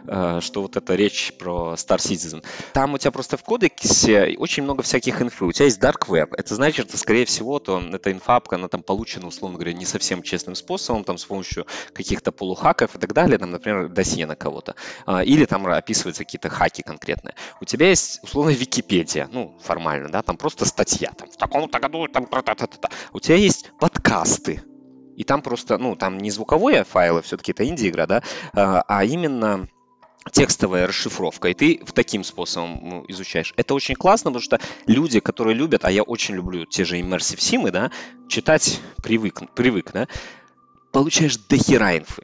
что вот это речь про Star Citizen. Там у тебя просто в кодексе очень много всяких инфы. У тебя есть Dark Web. Это значит, что, скорее всего, то эта инфа, она там получена, условно говоря, не совсем честным способом, там с помощью каких-то полухаков и так далее, там, например, досье на кого-то. Или там описываются какие-то хаки конкретные. У тебя есть, условно, Википедия, ну, формально, да, там просто статья, там, в таком-то году, там, та-та-та-та. У тебя есть подкасты. И там просто, ну, там не звуковые файлы, все-таки это инди-игра, да, а именно текстовая расшифровка, и ты в таким способом ну, изучаешь. Это очень классно, потому что люди, которые любят, а я очень люблю те же immersive симы, да, читать привык, привык, да, получаешь дохера инфы.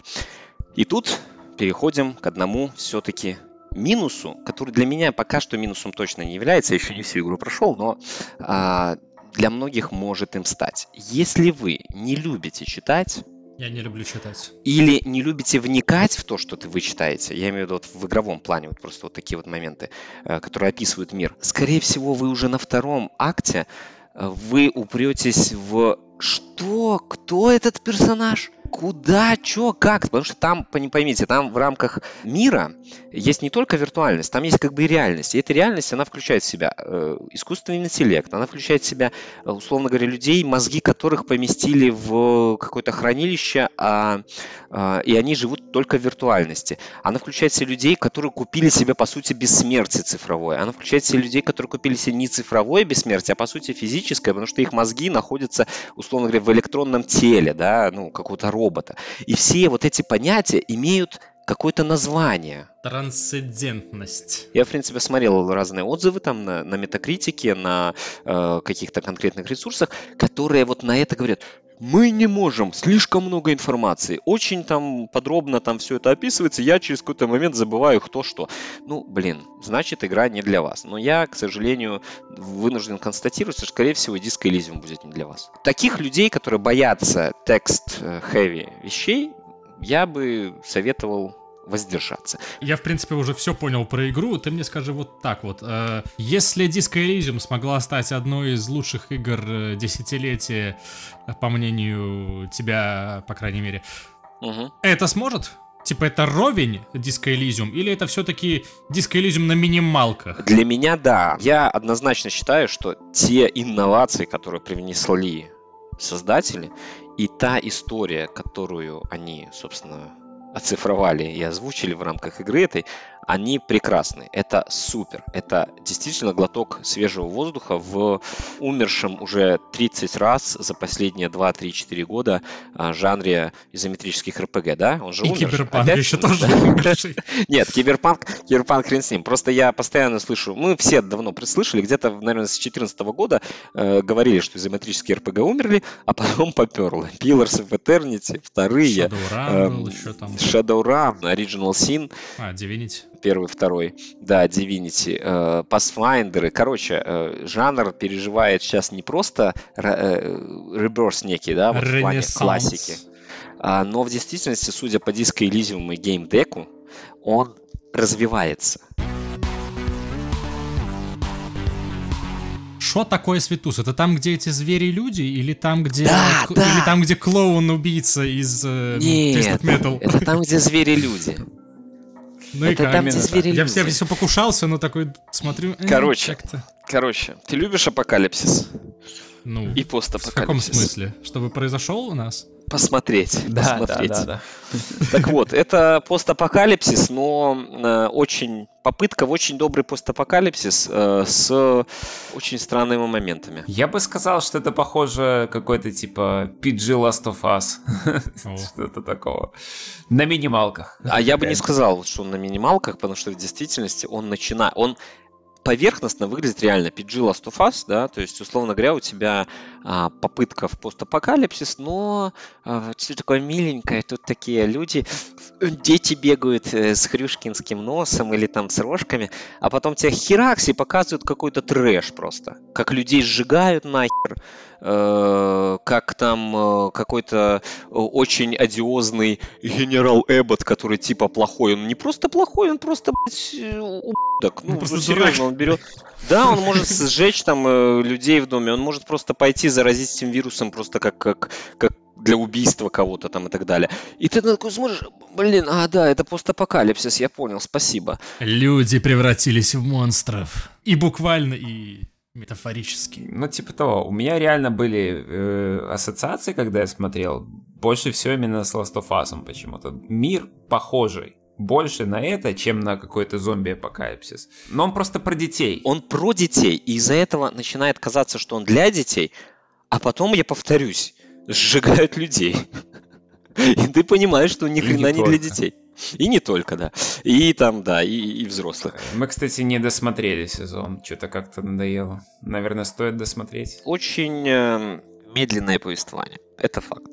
И тут переходим к одному все-таки минусу, который для меня пока что минусом точно не является, я еще не всю игру прошел, но а, для многих может им стать. Если вы не любите читать,
я не люблю читать.
или не любите вникать в то, что вы читаете, я имею в виду вот в игровом плане, вот просто вот такие вот моменты, которые описывают мир, скорее всего, вы уже на втором акте, вы упретесь в что? Кто этот персонаж? Куда? Чё? Как? Потому что там, не поймите, там в рамках мира есть не только виртуальность, там есть как бы и реальность. И эта реальность, она включает в себя э, искусственный интеллект, она включает в себя, условно говоря, людей, мозги которых поместили в какое-то хранилище, а, а, и они живут только в виртуальности. Она включает в себя людей, которые купили себе, по сути, бессмертие цифровое. Она включает в себя людей, которые купили себе не цифровое бессмертие, а, по сути, физическое, потому что их мозги находятся, условно говоря, в электронном теле, да, ну, какого-то робота. И все вот эти понятия имеют какое-то название.
Трансцендентность.
Я, в принципе, смотрел разные отзывы там на, на Метакритике, на э, каких-то конкретных ресурсах, которые вот на это говорят: мы не можем, слишком много информации, очень там подробно там все это описывается, я через какой-то момент забываю кто что. Ну, блин, значит, игра не для вас. Но я, к сожалению, вынужден констатировать, что, скорее всего, Disco Elysium будет не для вас. Таких людей, которые боятся текст-heavy вещей, я бы советовал воздержаться.
Я, в принципе, уже все понял про игру. Ты мне скажи вот так вот. Э, если Disco Elysium смогла стать одной из лучших игр десятилетия, по мнению тебя, по крайней мере, угу. это сможет? Типа это ровень Disco Elysium, или это все-таки Disco Elysium на минималках?
Для меня да. Я однозначно считаю, что те инновации, которые привнесли создатели, и та история, которую они, собственно, оцифровали и озвучили в рамках игры этой, они прекрасны. Это супер. Это действительно глоток свежего воздуха в умершем уже тридцать раз за последние два-три-четыре года жанре изометрических эр пи ги, да? Он же
и
умер.
Киберпанк
Опять?
еще тоже умерший.
Нет, Киберпанк, Киберпанк хрен с ним. Просто я постоянно слышу, мы все давно слышали, где-то, наверное, с две тысячи четырнадцатого года э, говорили, что изометрические эр пи ги умерли, а потом поперло. Pillars of Eternity, вторые.
Shadowrun был еще там.
Shadowrun, Original Sin.
А, Divinity.
Первый, второй. Да, Divinity. Э, Pathfinder. Короче, э, жанр переживает сейчас не просто реберс некий, да, вот в плане классики, а, но в действительности, судя по Disco Elysium и Game Deck, он развивается.
Что такое Светус? Это там, где эти звери-люди, или там, где
да,
к...
да.
или там, где клоун-убийца из э,
Нет,
Twisted Metal?
Это там, где звери-люди.
Ну
это
и как?
Там, где звери-люди.
Я все, все покушался, но такой смотрю. Э,
короче,
как-то...
короче, ты любишь апокалипсис?
Ну,
и постапокалипсис.
В каком смысле? Чтобы произошел у нас?
Посмотреть.
Да,
посмотреть.
да, да, да.
Так вот, это постапокалипсис, но э, очень попытка в очень добрый постапокалипсис э, с очень странными моментами.
Я бы сказал, что это похоже какой-то типа пи джи Last of Us. Что-то такого. На минималках.
А я бы не сказал, что он на минималках, потому что в действительности он начинает... Он поверхностно выглядит реально пи джи Last of Us, да, то есть, условно говоря, у тебя а, попытка в постапокалипсис, но а, все такое миленькое, тут такие люди, дети бегают э, с хрюшкинским носом или там с рожками, а потом тебя херакс и показывают какой-то трэш просто, как людей сжигают нахер, э, как там э, какой-то очень одиозный генерал Эббот, который типа плохой, он не просто плохой, он просто, блядь, ублюдок, ну, ну серьезно, он берет... Да, он может сжечь там э, людей в доме, он может просто пойти заразить этим вирусом просто как, как, как для убийства кого-то там и так далее. И ты такой смотришь, блин, а да, это постапокалипсис, я понял, спасибо.
Люди превратились в монстров. И буквально, и метафорически.
Ну, типа того, у меня реально были э, ассоциации, когда я смотрел, больше всего именно с Last of Us почему-то. Мир похожий. Больше на это, чем на какой-то зомби-апокалипсис. Но он просто про детей.
Он про детей, и из-за этого начинает казаться, что он для детей, а потом, я повторюсь, сжигают людей. И ты понимаешь, что ни хрена не для детей. И не только, да. И там, да, и, и взрослых.
Мы, кстати, не досмотрели сезон. Что-то как-то надоело. Наверное, стоит досмотреть.
Очень э, медленное повествование. Это факт.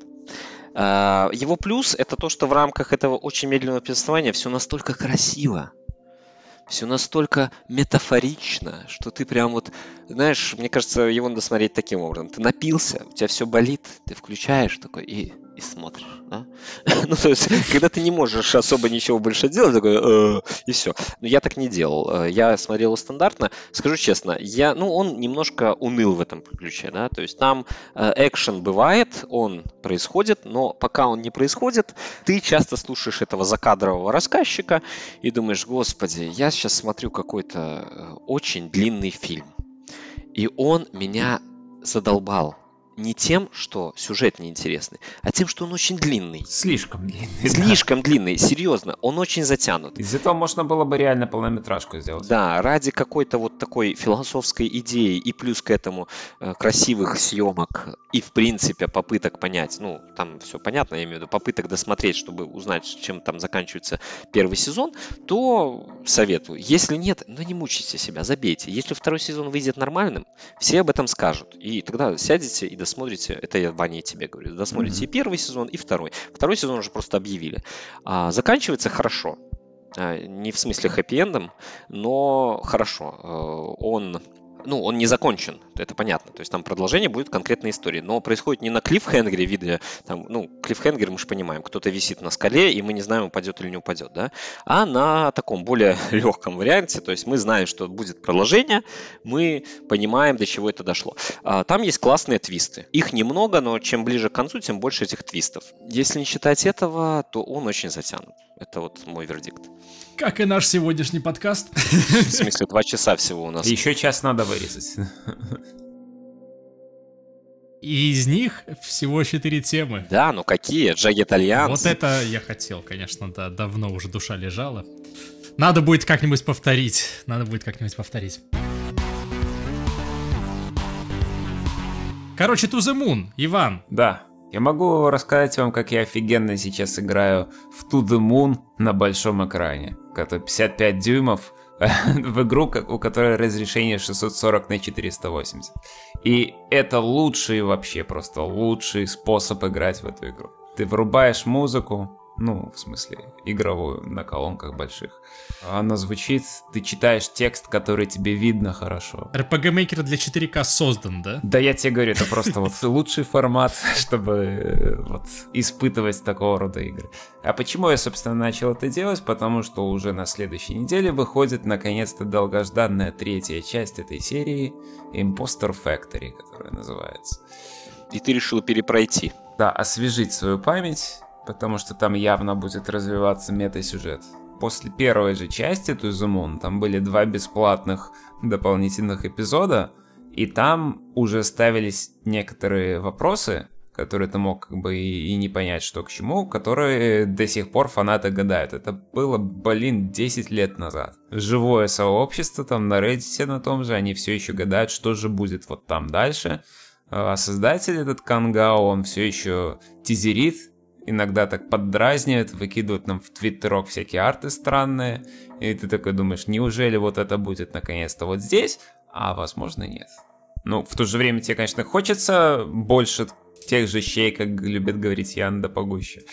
Его плюс — это то, что в рамках этого очень медленного повествования все настолько красиво, все настолько метафорично, что ты прям вот, знаешь, мне кажется, его надо смотреть таким образом. Ты напился, у тебя все болит, ты включаешь такой и, и смотришь, да? Ну, то есть, когда ты не можешь особо ничего больше делать, такой, и все. Но я так не делал. Я смотрел стандартно. Скажу честно, я, ну, он немножко уныл в этом ключе, да, то есть там экшен бывает, он происходит, но пока он не происходит, ты часто слушаешь этого закадрового рассказчика и думаешь, господи, я сейчас смотрю какой-то очень длинный фильм, и он меня задолбал. Не тем, что сюжет неинтересный, а тем, что он очень длинный.
Слишком длинный.
Слишком да. длинный, серьезно, он очень затянут.
Из этого можно было бы реально полнометражку сделать.
Да, ради какой-то вот такой философской идеи и плюс к этому э, красивых съемок и, в принципе, попыток понять, ну, там все понятно, я имею в виду, попыток досмотреть, чтобы узнать, чем там заканчивается первый сезон, то советую. Если нет, ну не мучайте себя, забейте. Если второй сезон выйдет нормальным, все об этом скажут. И тогда сядете и досмотрите, это я Ване и тебе говорю, досмотрите mm-hmm. и первый сезон, и второй. Второй сезон уже просто объявили. А, заканчивается хорошо. А, не в смысле хэппи-эндом, но хорошо. А, он... Ну, он не закончен, это понятно. То есть там продолжение будет конкретной истории. Но происходит не на клиффхенгере, видя, там, ну, клиффхенгер мы же понимаем, кто-то висит на скале, и мы не знаем, упадет или не упадет, да? А на таком более легком варианте, то есть мы знаем, что будет продолжение, мы понимаем, до чего это дошло. А, там есть классные твисты. Их немного, но чем ближе к концу, тем больше этих твистов. Если не считать этого, то он очень затянут. Это вот мой вердикт.
Как и наш сегодняшний подкаст.
В смысле, два часа всего у нас.
Еще час надо вырезать.
И из них всего четыре темы.
Да, ну какие? Jagged Alliance.
Вот это я хотел, конечно, да, давно уже душа лежала. Надо будет как-нибудь повторить. Надо будет как-нибудь повторить. Короче, To The Moon, Иван.
Да. Я могу рассказать вам, как я офигенно сейчас играю в To The Moon на большом экране, который пятьдесят пять дюймов, в игру, у которой разрешение шестьсот сорок на четыреста восемьдесят. И это лучший вообще, просто лучший способ играть в эту игру. Ты врубаешь музыку, Ну, в смысле, игровую, на колонках больших. Она звучит, ты читаешь текст, который тебе видно хорошо.
эр пи джи-мейкер для четыре ка создан, да?
Да я тебе говорю, это просто вот лучший формат, чтобы вот испытывать такого рода игры. А почему я, собственно, начал это делать? Потому что уже на следующей неделе выходит, наконец-то, долгожданная третья часть этой серии Impostor Factory, которая называется.
И ты решил перепройти.
Да, освежить свою память, потому что там явно будет развиваться мета-сюжет. После первой же части To The Moon там были два бесплатных дополнительных эпизода, и там уже ставились некоторые вопросы, которые ты мог как бы и, и не понять, что к чему, которые до сих пор фанаты гадают. Это было, блин, десять лет назад. Живое сообщество там на Reddit на том же, они все еще гадают, что же будет вот там дальше. А создатель этот Кангао, он все еще тизерит, иногда так поддразнивает, выкидывает нам в твиттерок всякие арты странные, и ты такой думаешь, неужели вот это будет наконец-то вот здесь? А возможно нет. Ну, в то же время тебе, конечно, хочется больше тех же щей, как любит говорить Ян, да погуще.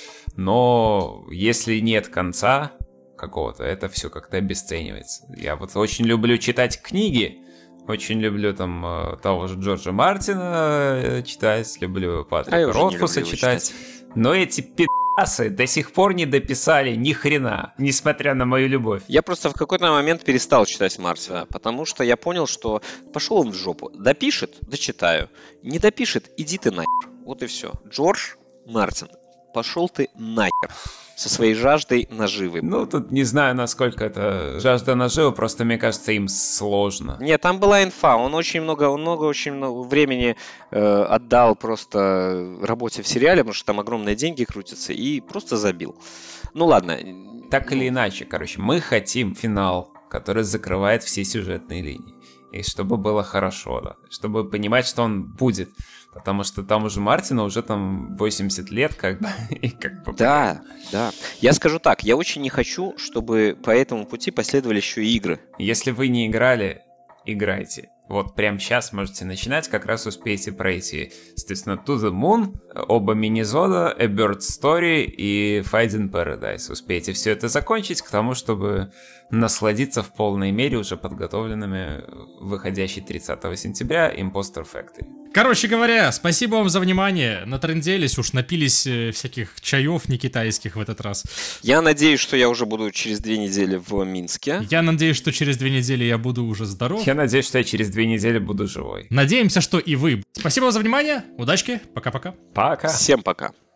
Но если нет конца какого-то, это все как-то обесценивается. Я вот очень люблю читать книги, очень люблю там того же Джорджа Мартина читать, люблю Патрика а Ротфуса читать. читать. Но эти пи***сы до сих пор не дописали ни хрена, несмотря на мою любовь.
Я просто в какой-то момент перестал читать Мартина, потому что я понял, что пошел он в жопу. Допишет — дочитаю. Не допишет — иди ты нахер. Вот и все. Джордж Мартин, пошел ты нахер со своей жаждой наживы.
Ну, тут не знаю, насколько это жажда наживы, просто мне кажется, им сложно.
Нет, там была инфа, он очень много, он много очень много времени э, отдал просто работе в сериале, потому что там огромные деньги крутятся, и просто забил. Ну ладно.
Так или иначе, короче, мы хотим финал, который закрывает все сюжетные линии. И чтобы было хорошо, да. Чтобы понимать, что он будет. Потому что там уже Мартину уже там восемьдесят лет, как бы. И как бы
да, да. Я скажу так, я очень не хочу, чтобы по этому пути последовали еще и игры.
Если вы не играли, играйте. Вот прямо сейчас можете начинать, как раз успеете пройти. Соответственно, To The Moon, оба мини-зода, A Bird Story и Fight in Paradise. Успеете все это закончить к тому, чтобы насладиться в полной мере уже подготовленными выходящей тридцатого сентября Impostor Factory.
Короче говоря, спасибо вам за внимание. Натрынделись, уж напились всяких чаев не китайских в этот раз.
Я надеюсь, что я уже буду через две недели в Минске.
Я надеюсь, что через две недели я буду уже здоров.
Я надеюсь, что я через две недели буду живой.
Надеемся, что и вы. Спасибо вам за внимание. Удачки. Пока-пока.
Пока.
Всем пока.